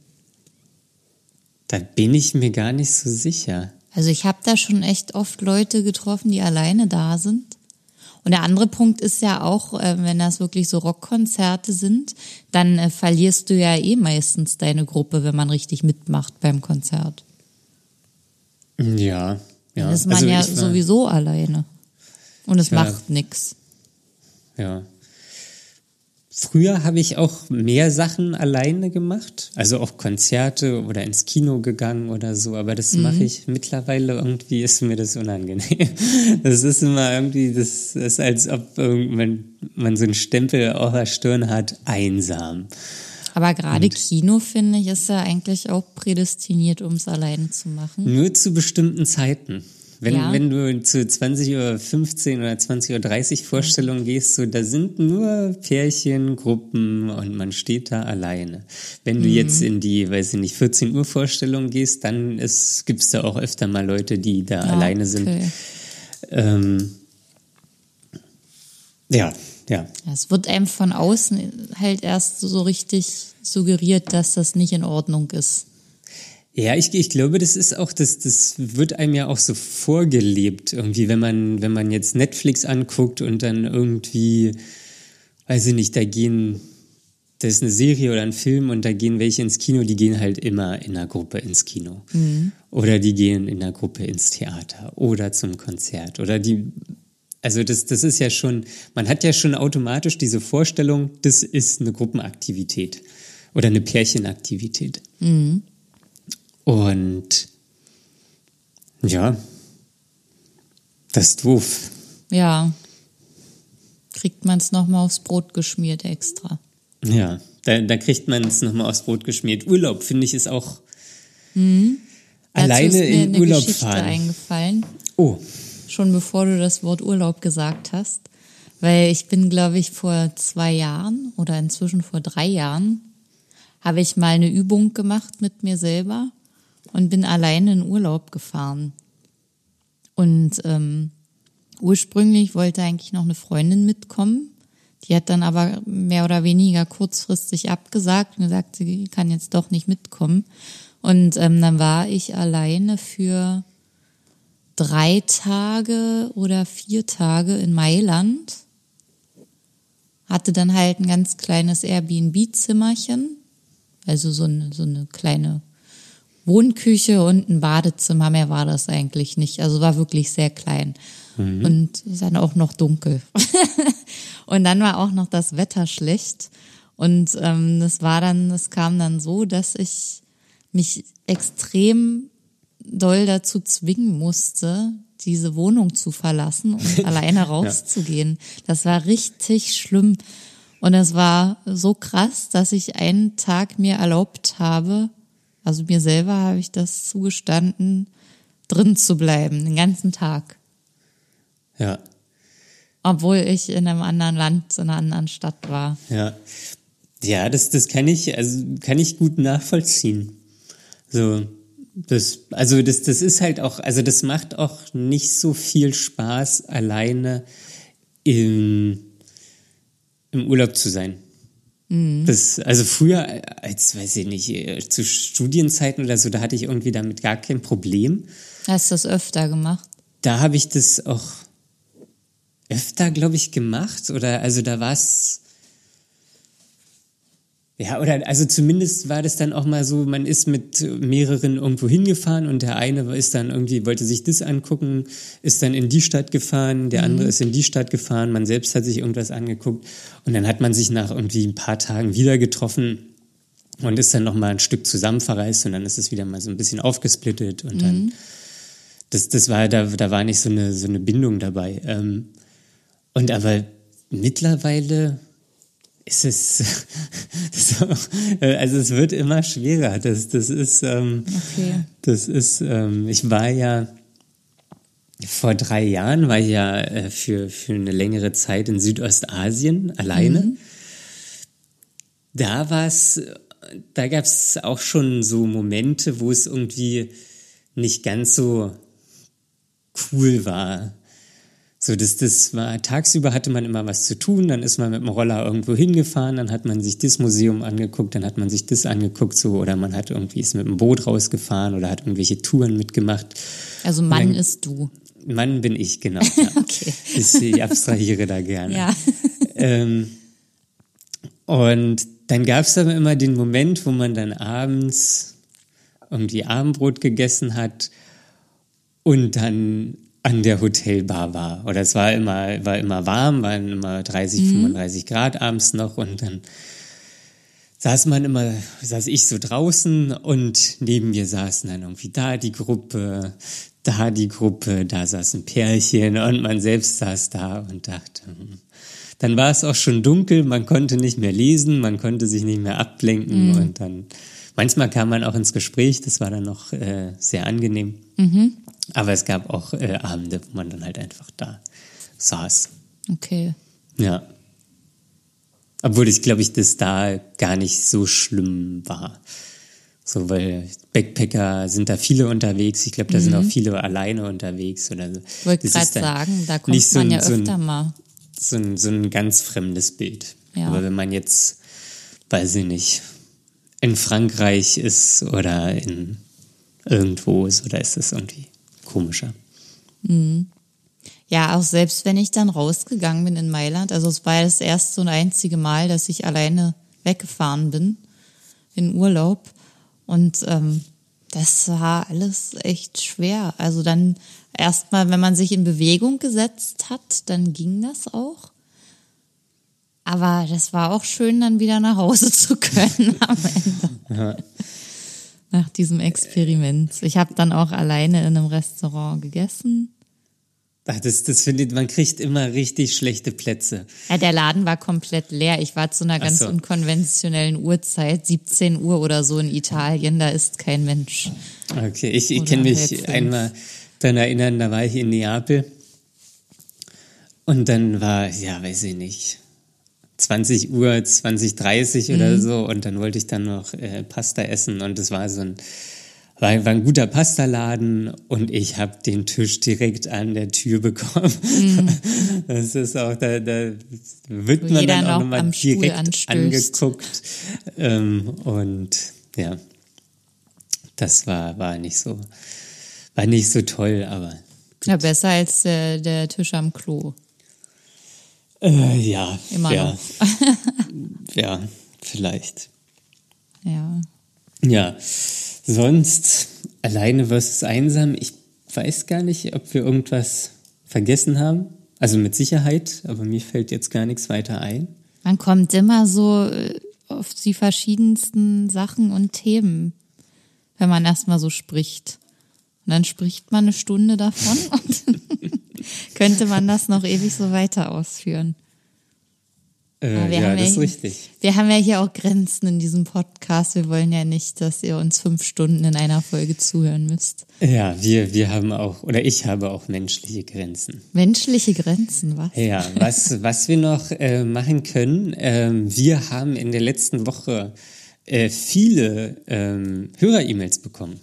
Da bin ich mir gar nicht so sicher. Also ich habe da schon echt oft Leute getroffen, die alleine da sind. Und der andere Punkt ist ja auch, äh, wenn das wirklich so Rockkonzerte sind, dann äh, verlierst du ja eh meistens deine Gruppe, wenn man richtig mitmacht beim Konzert. Ja, ja. Dann ist man also ja war, sowieso alleine. Und es war, macht nix. Ja. Früher habe ich auch mehr Sachen alleine gemacht, also auch Konzerte oder ins Kino gegangen oder so, aber das mhm. mache ich mittlerweile, irgendwie ist mir das unangenehm. Das ist immer irgendwie, das ist als ob man, man so einen Stempel auf der Stirn hat, einsam. Aber gerade Kino, finde ich, ist ja eigentlich auch prädestiniert, um es alleine zu machen. Nur zu bestimmten Zeiten. Wenn, ja. wenn du zu zwanzig Uhr fünfzehn oder zwanzig Uhr dreißig Vorstellungen gehst, so, da sind nur Pärchen, Gruppen und man steht da alleine. Wenn du mhm. jetzt in die, weiß ich nicht, vierzehn Uhr Vorstellung gehst, dann gibt es da auch öfter mal Leute, die da ja, alleine sind. Okay. Ähm, ja, ja. Es wird einem von außen halt erst so richtig suggeriert, dass das nicht in Ordnung ist. Ja, ich, ich glaube, das ist auch, das, das wird einem ja auch so vorgelebt, irgendwie, wenn man, wenn man jetzt Netflix anguckt und dann irgendwie, weiß ich nicht, da gehen, das ist eine Serie oder ein Film und da gehen welche ins Kino, die gehen halt immer in einer Gruppe ins Kino. Mhm. Oder die gehen in einer Gruppe ins Theater oder zum Konzert oder die, also das, das ist ja schon, man hat ja schon automatisch diese Vorstellung, das ist eine Gruppenaktivität oder eine Pärchenaktivität. Mhm. Und ja, das ist doof. Ja, kriegt man es nochmal aufs Brot geschmiert extra. Ja, da, da kriegt man es nochmal aufs Brot geschmiert. Urlaub, finde ich, ist auch mhm. alleine Dazu ist mir in eine Urlaub Geschichte fahren. Eingefallen. Oh. Schon bevor du das Wort Urlaub gesagt hast. Weil ich bin, glaube ich, vor zwei Jahren oder inzwischen vor drei Jahren habe ich mal eine Übung gemacht mit mir selber und bin alleine in Urlaub gefahren. Und ähm, ursprünglich wollte eigentlich noch eine Freundin mitkommen. Die hat dann aber mehr oder weniger kurzfristig abgesagt und gesagt, sie kann jetzt doch nicht mitkommen. Und ähm, dann war ich alleine für drei Tage oder vier Tage in Mailand. Hatte dann halt ein ganz kleines Airbnb-Zimmerchen, also so eine, so eine kleine Wohnküche und ein Badezimmer, mehr war das eigentlich nicht. Also war wirklich sehr klein. Mhm. Und es ist dann auch noch dunkel. Und dann war auch noch das Wetter schlecht. Und ähm, das war dann, es kam dann so, dass ich mich extrem doll dazu zwingen musste, diese Wohnung zu verlassen und alleine rauszugehen. Ja. Das war richtig schlimm. Und es war so krass, dass ich einen Tag mir erlaubt habe, also mir selber habe ich das zugestanden, drin zu bleiben, den ganzen Tag. Ja. Obwohl ich in einem anderen Land, in einer anderen Stadt war. Ja. Ja, das, das kann ich, also kann ich gut nachvollziehen. So. Das, also das, das ist halt auch, also das macht auch nicht so viel Spaß, alleine im, im Urlaub zu sein. Mhm. Das, also früher, als, weiß ich nicht, zu Studienzeiten oder so, da hatte ich irgendwie damit gar kein Problem. Hast du das öfter gemacht? Da habe ich das auch öfter, glaube ich, gemacht. Oder, also da war es, ja, oder also zumindest war das dann auch mal so, man ist mit mehreren irgendwo hingefahren und der eine ist dann irgendwie, wollte sich das angucken, ist dann in die Stadt gefahren, der mhm. andere ist in die Stadt gefahren, man selbst hat sich irgendwas angeguckt und dann hat man sich nach irgendwie ein paar Tagen wieder getroffen und ist dann noch mal ein Stück zusammen verreist und dann ist es wieder mal so ein bisschen aufgesplittet und dann, mhm. das, das war, da, da war nicht so eine, so eine Bindung dabei. Und aber mittlerweile ist es, so, also es wird immer schwerer. Das, das ist, ähm, okay. das ist, ähm, ich war ja vor drei Jahren war ich ja äh, für für eine längere Zeit in Südostasien alleine. Mhm. Da war es, da gab es auch schon so Momente, wo es irgendwie nicht ganz so cool war. So, das, das war, tagsüber hatte man immer was zu tun, dann ist man mit dem Roller irgendwo hingefahren, dann hat man sich das Museum angeguckt, dann hat man sich das angeguckt, so, oder man hat irgendwie, ist mit dem Boot rausgefahren oder hat irgendwelche Touren mitgemacht. Also Mann dann, ist du. Mann bin ich, genau. Ja. Okay. Ich, ich abstrahiere da gerne. Ja. Ähm, und dann gab es aber immer den Moment, wo man dann abends irgendwie Abendbrot gegessen hat und dann an der Hotelbar war. Oder es war immer, war immer warm, waren immer dreißig, mhm. fünfunddreißig Grad abends noch und dann saß man immer, saß ich so draußen und neben mir saßen dann irgendwie da die Gruppe, da die Gruppe, da saß ein Pärchen und man selbst saß da und dachte, dann war es auch schon dunkel, man konnte nicht mehr lesen, man konnte sich nicht mehr ablenken mhm. und dann, manchmal kam man auch ins Gespräch, das war dann noch äh, sehr angenehm. Mhm. Aber es gab auch äh, Abende, wo man dann halt einfach da saß. Okay. Ja. Obwohl ich, glaube ich, das da gar nicht so schlimm war. So, weil Backpacker sind da viele unterwegs. Ich glaube, da mhm. sind auch viele alleine unterwegs oder so. Ich wollte gerade sagen, da kommt so man ein, ja öfter so ein, mal. So ein, so ein ganz fremdes Bild. Ja. Aber wenn man jetzt, weiß ich nicht, in Frankreich ist oder in irgendwo ist, oder ist das irgendwie komischer. Mhm. Ja, auch selbst wenn ich dann rausgegangen bin in Mailand, also es war das erste und einzige Mal, dass ich alleine weggefahren bin in Urlaub und ähm, das war alles echt schwer. Also dann erstmal, wenn man sich in Bewegung gesetzt hat, dann ging das auch. Aber das war auch schön, dann wieder nach Hause zu können am Ende. Ja. Nach diesem Experiment. Ich habe dann auch alleine in einem Restaurant gegessen. Ach, das, das findet, man kriegt immer richtig schlechte Plätze. Ja, der Laden war komplett leer. Ich war zu einer ganz so. unkonventionellen Uhrzeit, siebzehn Uhr oder so in Italien, da ist kein Mensch. Okay, ich, ich kann mich einmal daran erinnern, da war ich in Neapel und dann war, ja, weiß ich nicht, zwanzig Uhr, zwanzig dreißig mhm. oder so und dann wollte ich dann noch äh, Pasta essen und es war so ein War, war ein guter Pastaladen und ich habe den Tisch direkt an der Tür bekommen. Mm. Das ist auch, da, da wird Wo man dann auch nochmal direkt angeguckt. Ähm, und ja, das war, war nicht so, war nicht so toll, aber Ja, besser als der, der Tisch am Klo. Äh, ja. Immer ja. noch. Ja, vielleicht. Ja. Ja, sonst alleine versus einsam. Ich weiß gar nicht, ob wir irgendwas vergessen haben. Also mit Sicherheit, aber mir fällt jetzt gar nichts weiter ein. Man kommt immer so auf die verschiedensten Sachen und Themen, wenn man erstmal so spricht. Und dann spricht man eine Stunde davon und könnte man das noch ewig so weiter ausführen. Äh, ja, das ist richtig. Wir haben ja hier auch Grenzen in diesem Podcast. Wir wollen ja nicht, dass ihr uns fünf Stunden in einer Folge zuhören müsst. Ja, wir, wir haben auch, oder ich habe auch menschliche Grenzen. Menschliche Grenzen, was? Ja, was, was wir noch äh, machen können, ähm, wir haben in der letzten Woche äh, viele ähm, Hörer-E-Mails bekommen.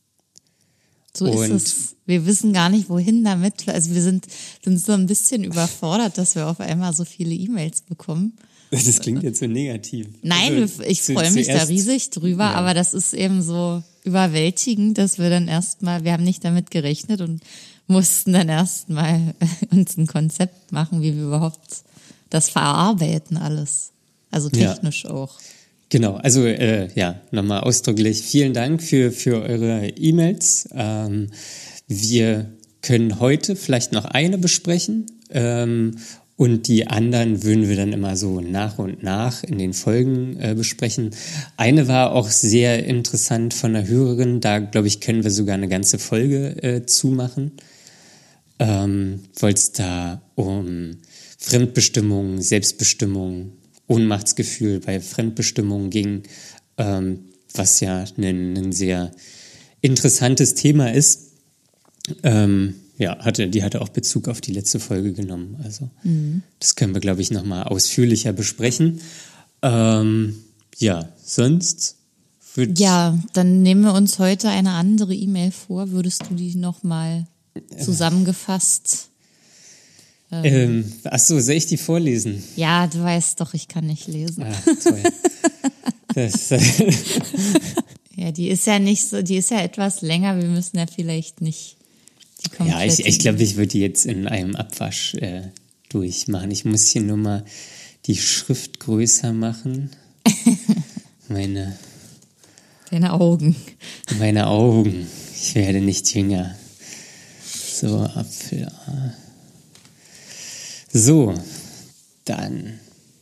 So ist es. Wir wissen gar nicht, wohin damit. Also wir sind, sind so ein bisschen überfordert, dass wir auf einmal so viele E-Mails bekommen. Das klingt jetzt so negativ. Nein, also, ich zu, freue mich zuerst, da riesig drüber, ja. Aber das ist eben so überwältigend, dass wir dann erstmal, wir haben nicht damit gerechnet und mussten dann erstmal uns ein Konzept machen, wie wir überhaupt das verarbeiten alles. Also technisch ja. auch. Genau, also äh, ja, nochmal ausdrücklich vielen Dank für, für eure E-Mails. Ähm, wir können heute vielleicht noch eine besprechen ähm, und die anderen würden wir dann immer so nach und nach in den Folgen äh, besprechen. Eine war auch sehr interessant von der Hörerin, da glaube ich, können wir sogar eine ganze Folge äh, zumachen, ähm, weil es da um Fremdbestimmung, Selbstbestimmung, Ohnmachtsgefühl bei Fremdbestimmung ging, ähm, was ja ein, ein sehr interessantes Thema ist. Ähm, ja, hatte, die hatte auch Bezug auf die letzte Folge genommen. Also mhm. das können wir, glaube ich, nochmal ausführlicher besprechen. Ähm, ja, sonst wird... Ja, dann nehmen wir uns heute eine andere E-Mail vor. Würdest du die nochmal zusammengefasst... Ähm, achso, soll ich die vorlesen? Ja, du weißt doch, ich kann nicht lesen. Ah, toll. Das, äh ja, die ist ja nicht so, die ist ja etwas länger, wir müssen ja vielleicht nicht die komplette... Ja, ich, ich glaube, ich würde die jetzt in einem Abwasch äh, durchmachen. Ich muss hier nur mal die Schrift größer machen. Meine... Deine Augen. Meine Augen. Ich werde nicht jünger. So, Apfel A. So, dann.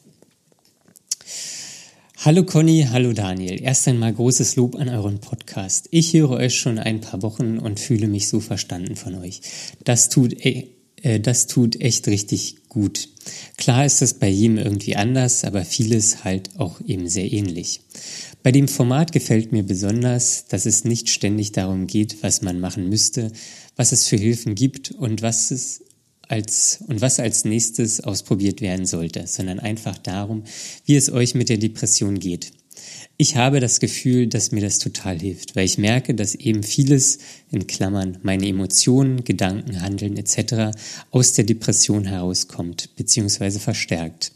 Hallo Conny, hallo Daniel. Erst einmal großes Lob an euren Podcast. Ich höre euch schon ein paar Wochen und fühle mich so verstanden von euch. Das tut, äh, das tut echt richtig gut. Klar ist es bei jedem irgendwie anders, aber vieles halt auch eben sehr ähnlich. Bei dem Format gefällt mir besonders, dass es nicht ständig darum geht, was man machen müsste, was es für Hilfen gibt und was es als und was als nächstes ausprobiert werden sollte, sondern einfach darum, wie es euch mit der Depression geht. Ich habe das Gefühl, dass mir das total hilft, weil ich merke, dass eben vieles, in Klammern, meine Emotionen, Gedanken, Handeln et cetera aus der Depression herauskommt bzw. verstärkt.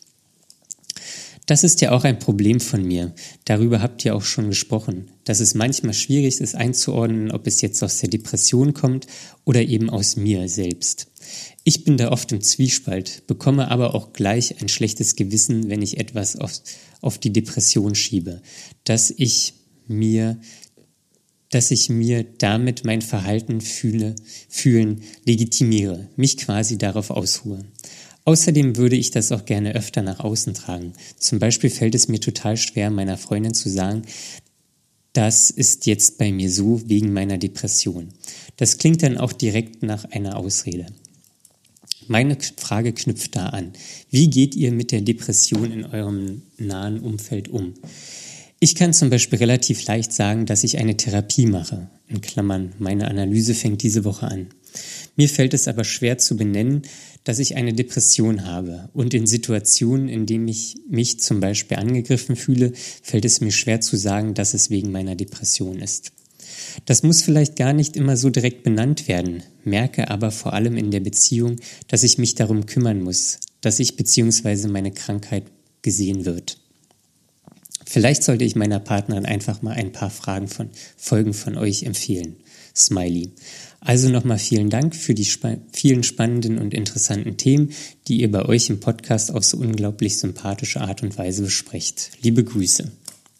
Das ist ja auch ein Problem von mir. Darüber habt ihr auch schon gesprochen, dass es manchmal schwierig ist einzuordnen, ob es jetzt aus der Depression kommt oder eben aus mir selbst. Ich bin da oft im Zwiespalt, bekomme aber auch gleich ein schlechtes Gewissen, wenn ich etwas auf, auf die Depression schiebe, dass ich mir, dass ich mir damit mein Verhalten fühle, fühlen legitimiere, mich quasi darauf ausruhe. Außerdem würde ich das auch gerne öfter nach außen tragen. Zum Beispiel fällt es mir total schwer, meiner Freundin zu sagen, das ist jetzt bei mir so wegen meiner Depression. Das klingt dann auch direkt nach einer Ausrede. Meine Frage knüpft da an. Wie geht ihr mit der Depression in eurem nahen Umfeld um? Ich kann zum Beispiel relativ leicht sagen, dass ich eine Therapie mache. In Klammern, meine Analyse fängt diese Woche an. Mir fällt es aber schwer zu benennen, dass ich eine Depression habe. Und in Situationen, in denen ich mich zum Beispiel angegriffen fühle, fällt es mir schwer zu sagen, dass es wegen meiner Depression ist. Das muss vielleicht gar nicht immer so direkt benannt werden, merke aber vor allem in der Beziehung, dass ich mich darum kümmern muss, dass ich bzw. meine Krankheit gesehen wird. Vielleicht sollte ich meiner Partnerin einfach mal ein paar Fragen von, Folgen von euch empfehlen. Smiley. Also nochmal vielen Dank für die spa- vielen spannenden und interessanten Themen, die ihr bei euch im Podcast auf so unglaublich sympathische Art und Weise besprecht. Liebe Grüße.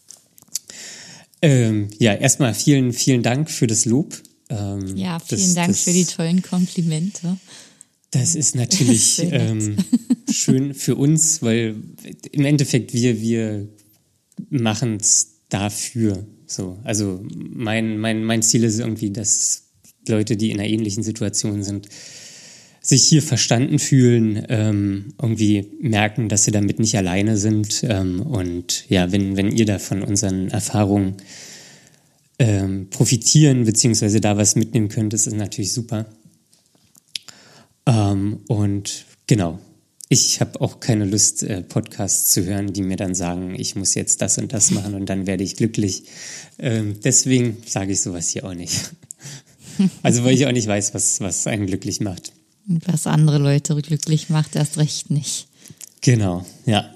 Ähm, ja, erstmal vielen, vielen Dank für das Lob. Ähm, ja, vielen das, Dank das, für die tollen Komplimente. Das ist natürlich ähm, schön für uns, weil im Endeffekt wir, wir machen es dafür. So. Also mein, mein, mein Ziel ist irgendwie, dass Leute, die in einer ähnlichen Situation sind, sich hier verstanden fühlen, ähm, irgendwie merken, dass sie damit nicht alleine sind. Ähm, und ja, wenn, wenn ihr da von unseren Erfahrungen ähm, profitieren, beziehungsweise da was mitnehmen könnt, ist das natürlich super. Ähm, und genau, ich habe auch keine Lust, äh, Podcasts zu hören, die mir dann sagen, ich muss jetzt das und das machen und dann werde ich glücklich. Ähm, deswegen sage ich sowas hier auch nicht. Also weil ich auch nicht weiß, was, was einen glücklich macht. Und was andere Leute glücklich macht, erst recht nicht. Genau, ja.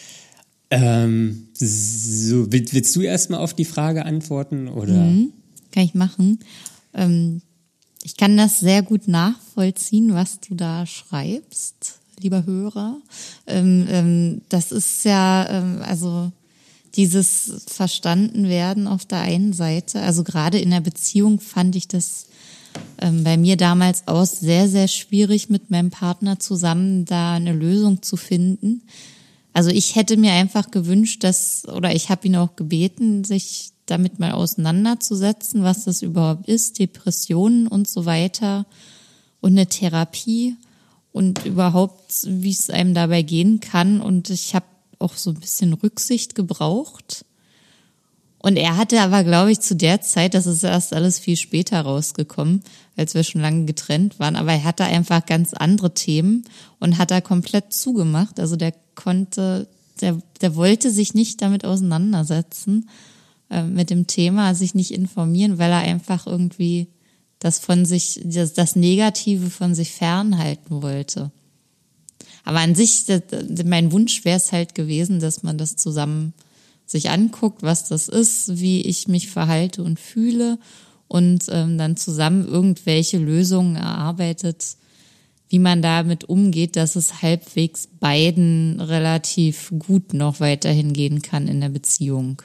Ähm, so, willst, willst du erstmal auf die Frage antworten? Oder? Mhm, kann ich machen. Ähm, ich kann das sehr gut nachvollziehen, was du da schreibst, lieber Hörer. Ähm, ähm, das ist ja, ähm, also dieses Verstandenwerden auf der einen Seite, also gerade in der Beziehung fand ich das ähm, bei mir damals auch sehr, sehr schwierig, mit meinem Partner zusammen da eine Lösung zu finden. Also ich hätte mir einfach gewünscht, dass, oder ich habe ihn auch gebeten, sich damit mal auseinanderzusetzen, was das überhaupt ist, Depressionen und so weiter und eine Therapie und überhaupt, wie es einem dabei gehen kann. Und ich habe auch so ein bisschen Rücksicht gebraucht. Und er hatte aber, glaube ich, zu der Zeit, das ist erst alles viel später rausgekommen, als wir schon lange getrennt waren, aber er hatte einfach ganz andere Themen und hat da komplett zugemacht. Also der konnte, der, der wollte sich nicht damit auseinandersetzen, äh, mit dem Thema, sich nicht informieren, weil er einfach irgendwie das von sich, das, das Negative von sich fernhalten wollte. Aber an sich, das, mein Wunsch wäre es halt gewesen, dass man das zusammen sich anguckt, was das ist, wie ich mich verhalte und fühle und ähm, dann zusammen irgendwelche Lösungen erarbeitet, wie man damit umgeht, dass es halbwegs beiden relativ gut noch weiterhin gehen kann in der Beziehung.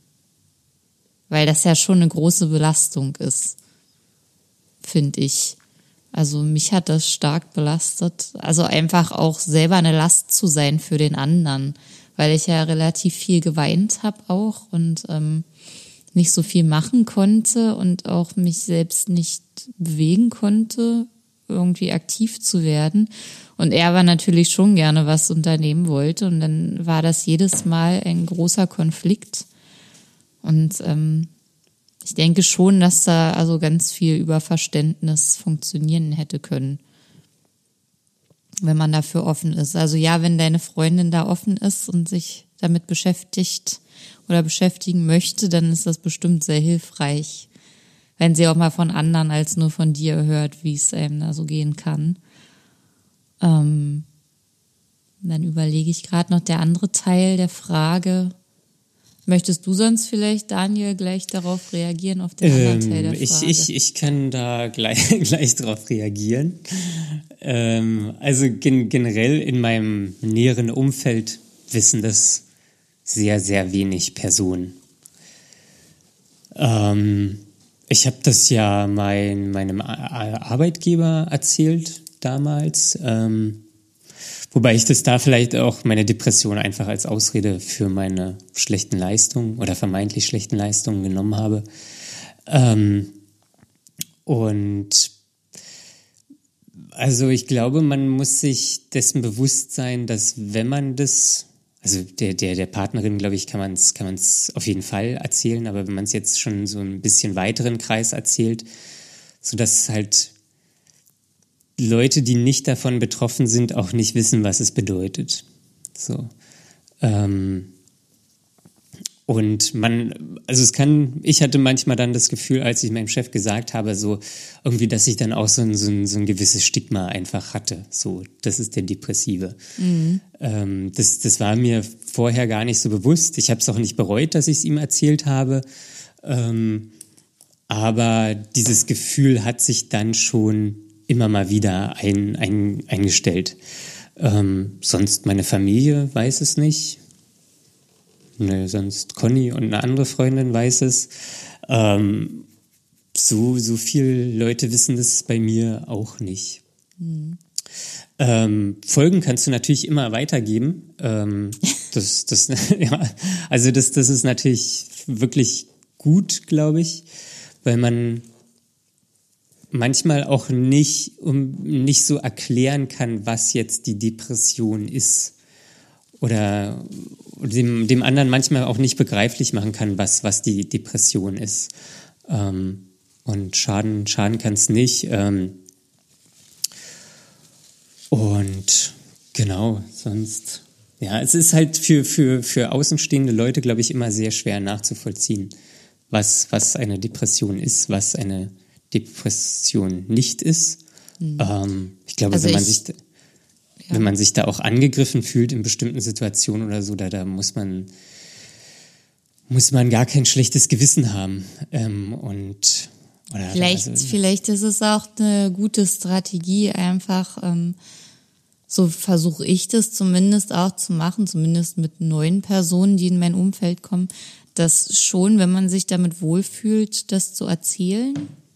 Weil das ja schon eine große Belastung ist, finde ich. Also mich hat das stark belastet. Also einfach auch selber eine Last zu sein für den anderen, weil ich ja relativ viel geweint habe auch und ähm, nicht so viel machen konnte und auch mich selbst nicht bewegen konnte, irgendwie aktiv zu werden. Und er aber natürlich schon gerne was unternehmen wollte und dann war das jedes Mal ein großer Konflikt. Und ähm, ich denke schon, dass da also ganz viel über Verständnis funktionieren hätte können, wenn man dafür offen ist. Also ja, wenn deine Freundin da offen ist und sich damit beschäftigt oder beschäftigen möchte, dann ist das bestimmt sehr hilfreich, wenn sie auch mal von anderen als nur von dir hört, wie es einem da so gehen kann. Ähm, dann überlege ich gerade noch der andere Teil der Frage. Möchtest du sonst vielleicht, Daniel, gleich darauf reagieren, auf den anderen ähm, Teil der ich, Frage? Ich, ich kann da gleich, gleich darauf reagieren. Ähm, also gen, generell in meinem näheren Umfeld wissen das sehr, sehr wenig Personen. Ähm, ich habe das ja mein, meinem Arbeitgeber erzählt damals, ähm, wobei ich das da vielleicht auch meine Depression einfach als Ausrede für meine schlechten Leistungen oder vermeintlich schlechten Leistungen genommen habe. Ähm, und also ich glaube, man muss sich dessen bewusst sein, dass wenn man das, also der, der, der Partnerin, glaube ich, kann man es kann man's auf jeden Fall erzählen, aber wenn man es jetzt schon so ein bisschen weiteren Kreis erzählt, sodass halt Leute, die nicht davon betroffen sind, auch nicht wissen, was es bedeutet. So. Ähm, und man, also es kann, ich hatte manchmal dann das Gefühl, als ich meinem Chef gesagt habe, so irgendwie, dass ich dann auch so ein, so ein, so ein gewisses Stigma einfach hatte. So, das ist der Depressive. Mhm. Ähm, das, das war mir vorher gar nicht so bewusst. Ich habe es auch nicht bereut, dass ich es ihm erzählt habe. Ähm, aber dieses Gefühl hat sich dann schon immer mal wieder ein, ein, eingestellt. Ähm, sonst meine Familie weiß es nicht. Ne, sonst Conny und eine andere Freundin weiß es. Ähm, so, so viele Leute wissen das bei mir auch nicht. Mhm. Ähm, Folgen kannst du natürlich immer weitergeben. Ähm, das, das, ja, also das, das ist natürlich wirklich gut, glaube ich, weil man manchmal auch nicht, um, nicht so erklären kann, was jetzt die Depression ist. Oder dem, dem anderen manchmal auch nicht begreiflich machen kann, was, was die Depression ist. Ähm, und schaden, schaden kann es nicht. Ähm, und genau, sonst, ja, es ist halt für, für, für außenstehende Leute, glaube ich, immer sehr schwer nachzuvollziehen, was, was eine Depression ist, was eine Depression nicht ist. Mhm. Ähm, ich glaube, also wenn man ich, sich... Ja. Wenn man sich da auch angegriffen fühlt in bestimmten Situationen oder so, da, da muss man muss man gar kein schlechtes Gewissen haben. Ähm, und oder vielleicht, also, vielleicht ist es auch eine gute Strategie, einfach ähm, so versuche ich das zumindest auch zu machen, zumindest mit neuen Personen, die in mein Umfeld kommen, dass schon, wenn man sich damit wohlfühlt, das zu erzählen.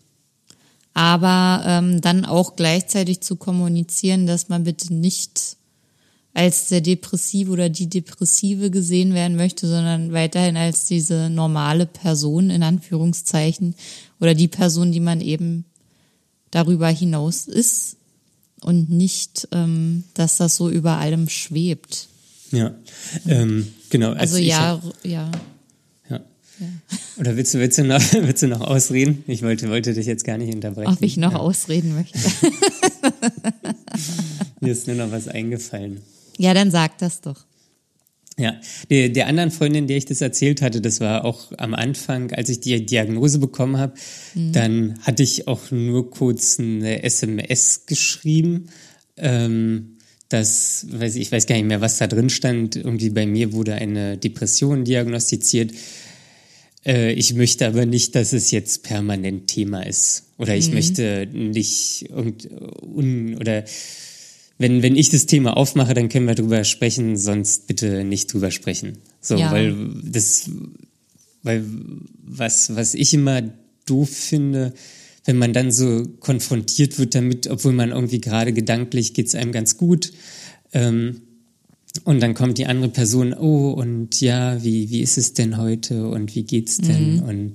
Aber ähm, dann auch gleichzeitig zu kommunizieren, dass man bitte nicht als der Depressive oder die Depressive gesehen werden möchte, sondern weiterhin als diese normale Person in Anführungszeichen oder die Person, die man eben darüber hinaus ist und nicht, ähm, dass das so über allem schwebt. Ja, ähm, genau. Also, also ja, hab, ja. Ja. Oder willst du, willst du noch, willst du noch ausreden? Ich wollte, wollte dich jetzt gar nicht unterbrechen. Ob ich noch ja. ausreden möchte. Mir ist nur noch was eingefallen. Ja, dann sag das doch. Ja, der, der anderen Freundin, der ich das erzählt hatte, das war auch am Anfang, als ich die Diagnose bekommen habe, mhm. dann hatte ich auch nur kurz eine S M S geschrieben, ähm, das, weiß ich, ich weiß gar nicht mehr, was da drin stand. Irgendwie bei mir wurde eine Depression diagnostiziert. Ich möchte aber nicht, dass es jetzt permanent Thema ist. Oder ich mhm. möchte nicht irgend, un, oder wenn, wenn ich das Thema aufmache, dann können wir drüber sprechen, sonst bitte nicht drüber sprechen. So, ja. weil das, weil was, was ich immer doof finde, wenn man dann so konfrontiert wird damit, obwohl man irgendwie gerade gedanklich geht's einem ganz gut, ähm, und dann kommt die andere Person, oh, und ja, wie, wie ist es denn heute und wie geht's denn? Mhm. Und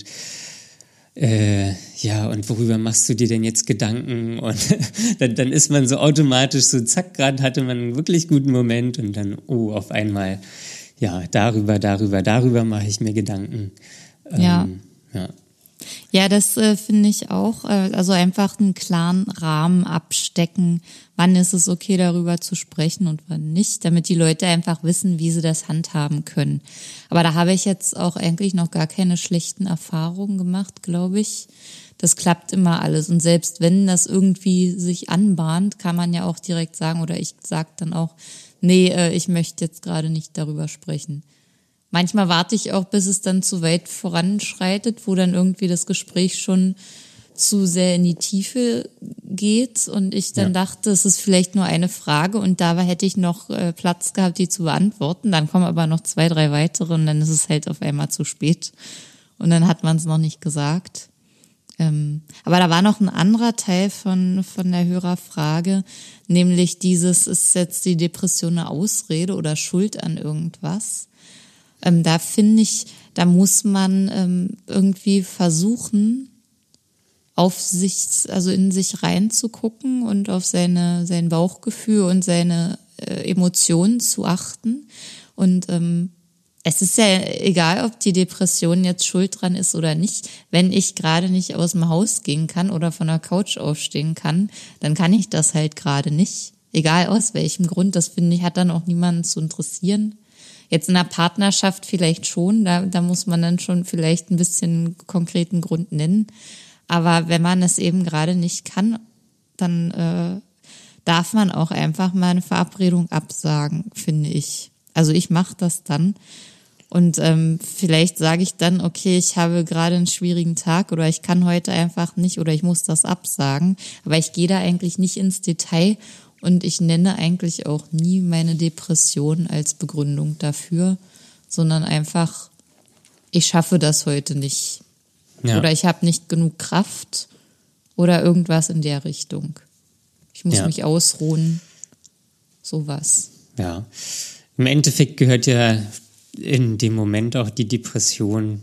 äh, ja, und worüber machst du dir denn jetzt Gedanken? Und dann, dann ist man so automatisch so, zack, gerade hatte man einen wirklich guten Moment und dann, oh, auf einmal, ja, darüber, darüber, darüber mache ich mir Gedanken. Ähm, ja. ja. Ja, das äh, finde ich auch. Äh, also einfach einen klaren Rahmen abstecken. Wann ist es okay, darüber zu sprechen und wann nicht, damit die Leute einfach wissen, wie sie das handhaben können. Aber da habe ich jetzt auch eigentlich noch gar keine schlechten Erfahrungen gemacht, glaube ich. Das klappt immer alles. Und selbst wenn das irgendwie sich anbahnt, kann man ja auch direkt sagen, oder ich sage dann auch, nee, äh, ich möchte jetzt gerade nicht darüber sprechen. Manchmal warte ich auch, bis es dann zu weit voranschreitet, wo dann irgendwie das Gespräch schon zu sehr in die Tiefe geht und ich dann ja. dachte, es ist vielleicht nur eine Frage und dabei hätte ich noch äh, Platz gehabt, die zu beantworten. Dann kommen aber noch zwei, drei weitere und dann ist es halt auf einmal zu spät und dann hat man es noch nicht gesagt. Ähm, aber da war noch ein anderer Teil von von der Hörerfrage, nämlich dieses, ist jetzt die Depression eine Ausrede oder Schuld an irgendwas? Ähm, da finde ich, da muss man ähm, irgendwie versuchen, auf sich, also in sich reinzugucken und auf seine sein Bauchgefühl und seine äh, Emotionen zu achten. Und ähm, es ist ja egal, ob die Depression jetzt schuld dran ist oder nicht. Wenn ich gerade nicht aus dem Haus gehen kann oder von der Couch aufstehen kann, dann kann ich das halt gerade nicht. Egal aus welchem Grund, das finde ich, hat dann auch niemanden zu interessieren. Jetzt in einer Partnerschaft vielleicht schon, da, da muss man dann schon vielleicht ein bisschen konkreten Grund nennen. Aber wenn man es eben gerade nicht kann, dann äh, darf man auch einfach mal eine Verabredung absagen, finde ich. Also ich mache das dann. Und ähm, vielleicht sage ich dann, okay, ich habe gerade einen schwierigen Tag oder ich kann heute einfach nicht oder ich muss das absagen. Aber ich gehe da eigentlich nicht ins Detail und ich nenne eigentlich auch nie meine Depression als Begründung dafür, sondern einfach, ich schaffe das heute nicht. Ja. Oder ich habe nicht genug Kraft oder irgendwas in der Richtung. Ich muss ja. mich ausruhen. Sowas. Ja. Im Endeffekt gehört ja in dem Moment auch die Depression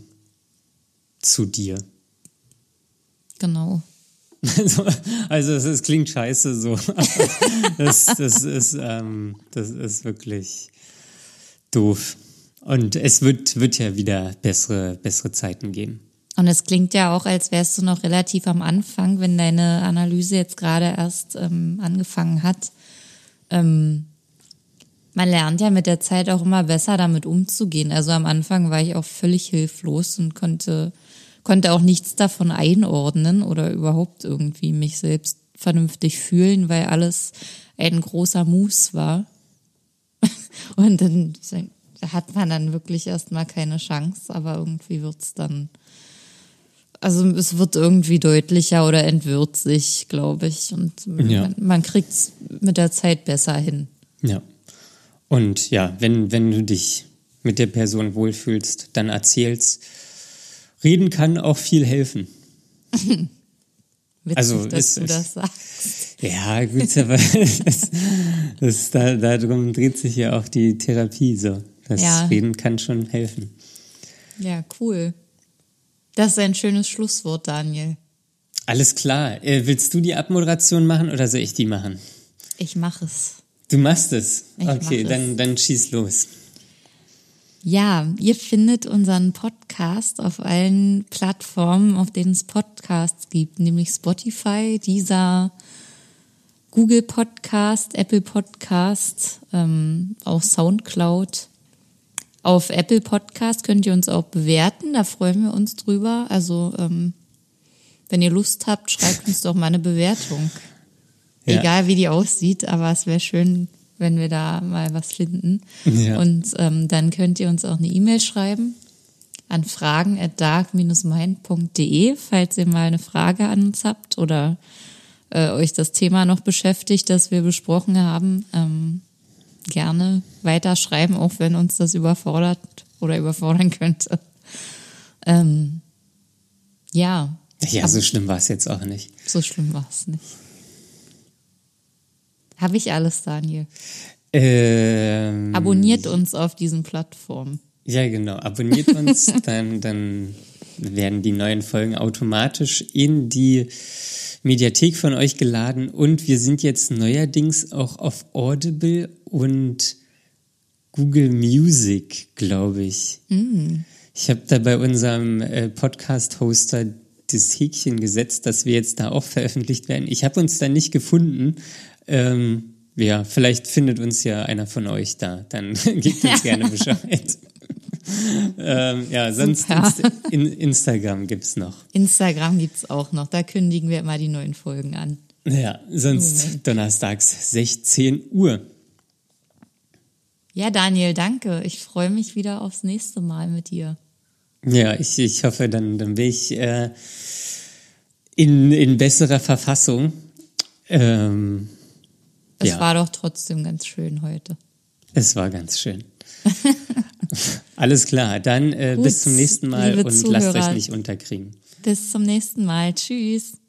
zu dir. Genau. Also, also es, es klingt scheiße so. das, das, ist, ähm, das ist wirklich doof. Und es wird, wird ja wieder bessere, bessere Zeiten geben. Und es klingt ja auch, als wärst du noch relativ am Anfang, wenn deine Analyse jetzt gerade erst ähm, angefangen hat. Ähm, Man lernt ja mit der Zeit auch immer besser damit umzugehen. Also am Anfang war ich auch völlig hilflos und konnte, konnte auch nichts davon einordnen oder überhaupt irgendwie mich selbst vernünftig fühlen, weil alles ein großer Mus war. Und dann hat man dann wirklich erstmal keine Chance, aber irgendwie wird's dann, also es wird irgendwie deutlicher oder entwirrt sich, glaube ich. Und ja. man, man kriegt's mit der Zeit besser hin. Ja. Und ja, wenn, wenn du dich mit der Person wohlfühlst, dann erzählst. Reden kann auch viel helfen. Witzig, also, dass es, du das sagst. Ja, gut, aber das, das, da, darum dreht sich ja auch die Therapie so. Das ja. Reden kann schon helfen. Ja, cool. Das ist ein schönes Schlusswort, Daniel. Alles klar. Äh, willst du die Abmoderation machen oder soll ich die machen? Ich mache es. Du machst es? Ich okay, mach dann, es. dann schieß los. Ja, ihr findet unseren Podcast auf allen Plattformen, auf denen es Podcasts gibt, nämlich Spotify, Deezer, Google Podcast, Apple Podcast, ähm, auch Soundcloud. Auf Apple Podcast könnt ihr uns auch bewerten, da freuen wir uns drüber. Also ähm, wenn ihr Lust habt, schreibt uns doch mal eine Bewertung. Ja. Egal wie die aussieht, aber es wäre schön, wenn wir da mal was finden. Ja. Und ähm, dann könnt ihr uns auch eine E-Mail schreiben an fragen at dark dash mind punkt de, falls ihr mal eine Frage an uns habt oder äh, euch das Thema noch beschäftigt, das wir besprochen haben. Ähm, gerne weiterschreiben, auch wenn uns das überfordert oder überfordern könnte. Ähm, ja. Ja, so schlimm war es jetzt auch nicht. So schlimm war es nicht. Habe ich alles, Daniel? Ähm, Abonniert uns auf diesen Plattformen. Ja, genau. Abonniert uns, dann, dann werden die neuen Folgen automatisch in die Mediathek von euch geladen. Und wir sind jetzt neuerdings auch auf Audible und Google Music, glaube ich. Mm. Ich habe da bei unserem äh, Podcast-Hoster das Häkchen gesetzt, dass wir jetzt da auch veröffentlicht werden. Ich habe uns da nicht gefunden. Ähm, ja, vielleicht findet uns ja einer von euch da. Dann gebt uns gerne Bescheid. ähm, ja, sonst Insta- in Instagram gibt's noch. Instagram gibt's auch noch. Da kündigen wir immer die neuen Folgen an. Ja, sonst Moment. Donnerstags sechzehn Uhr. Ja, Daniel, danke. Ich freue mich wieder aufs nächste Mal mit dir. Ja, ich, ich hoffe, dann, dann bin ich äh, in, in besserer Verfassung. Ähm, es ja. war doch trotzdem ganz schön heute. Es war ganz schön. Alles klar, dann äh, bis zum nächsten Mal und Zuhörer, lasst euch nicht unterkriegen. Bis zum nächsten Mal. Tschüss.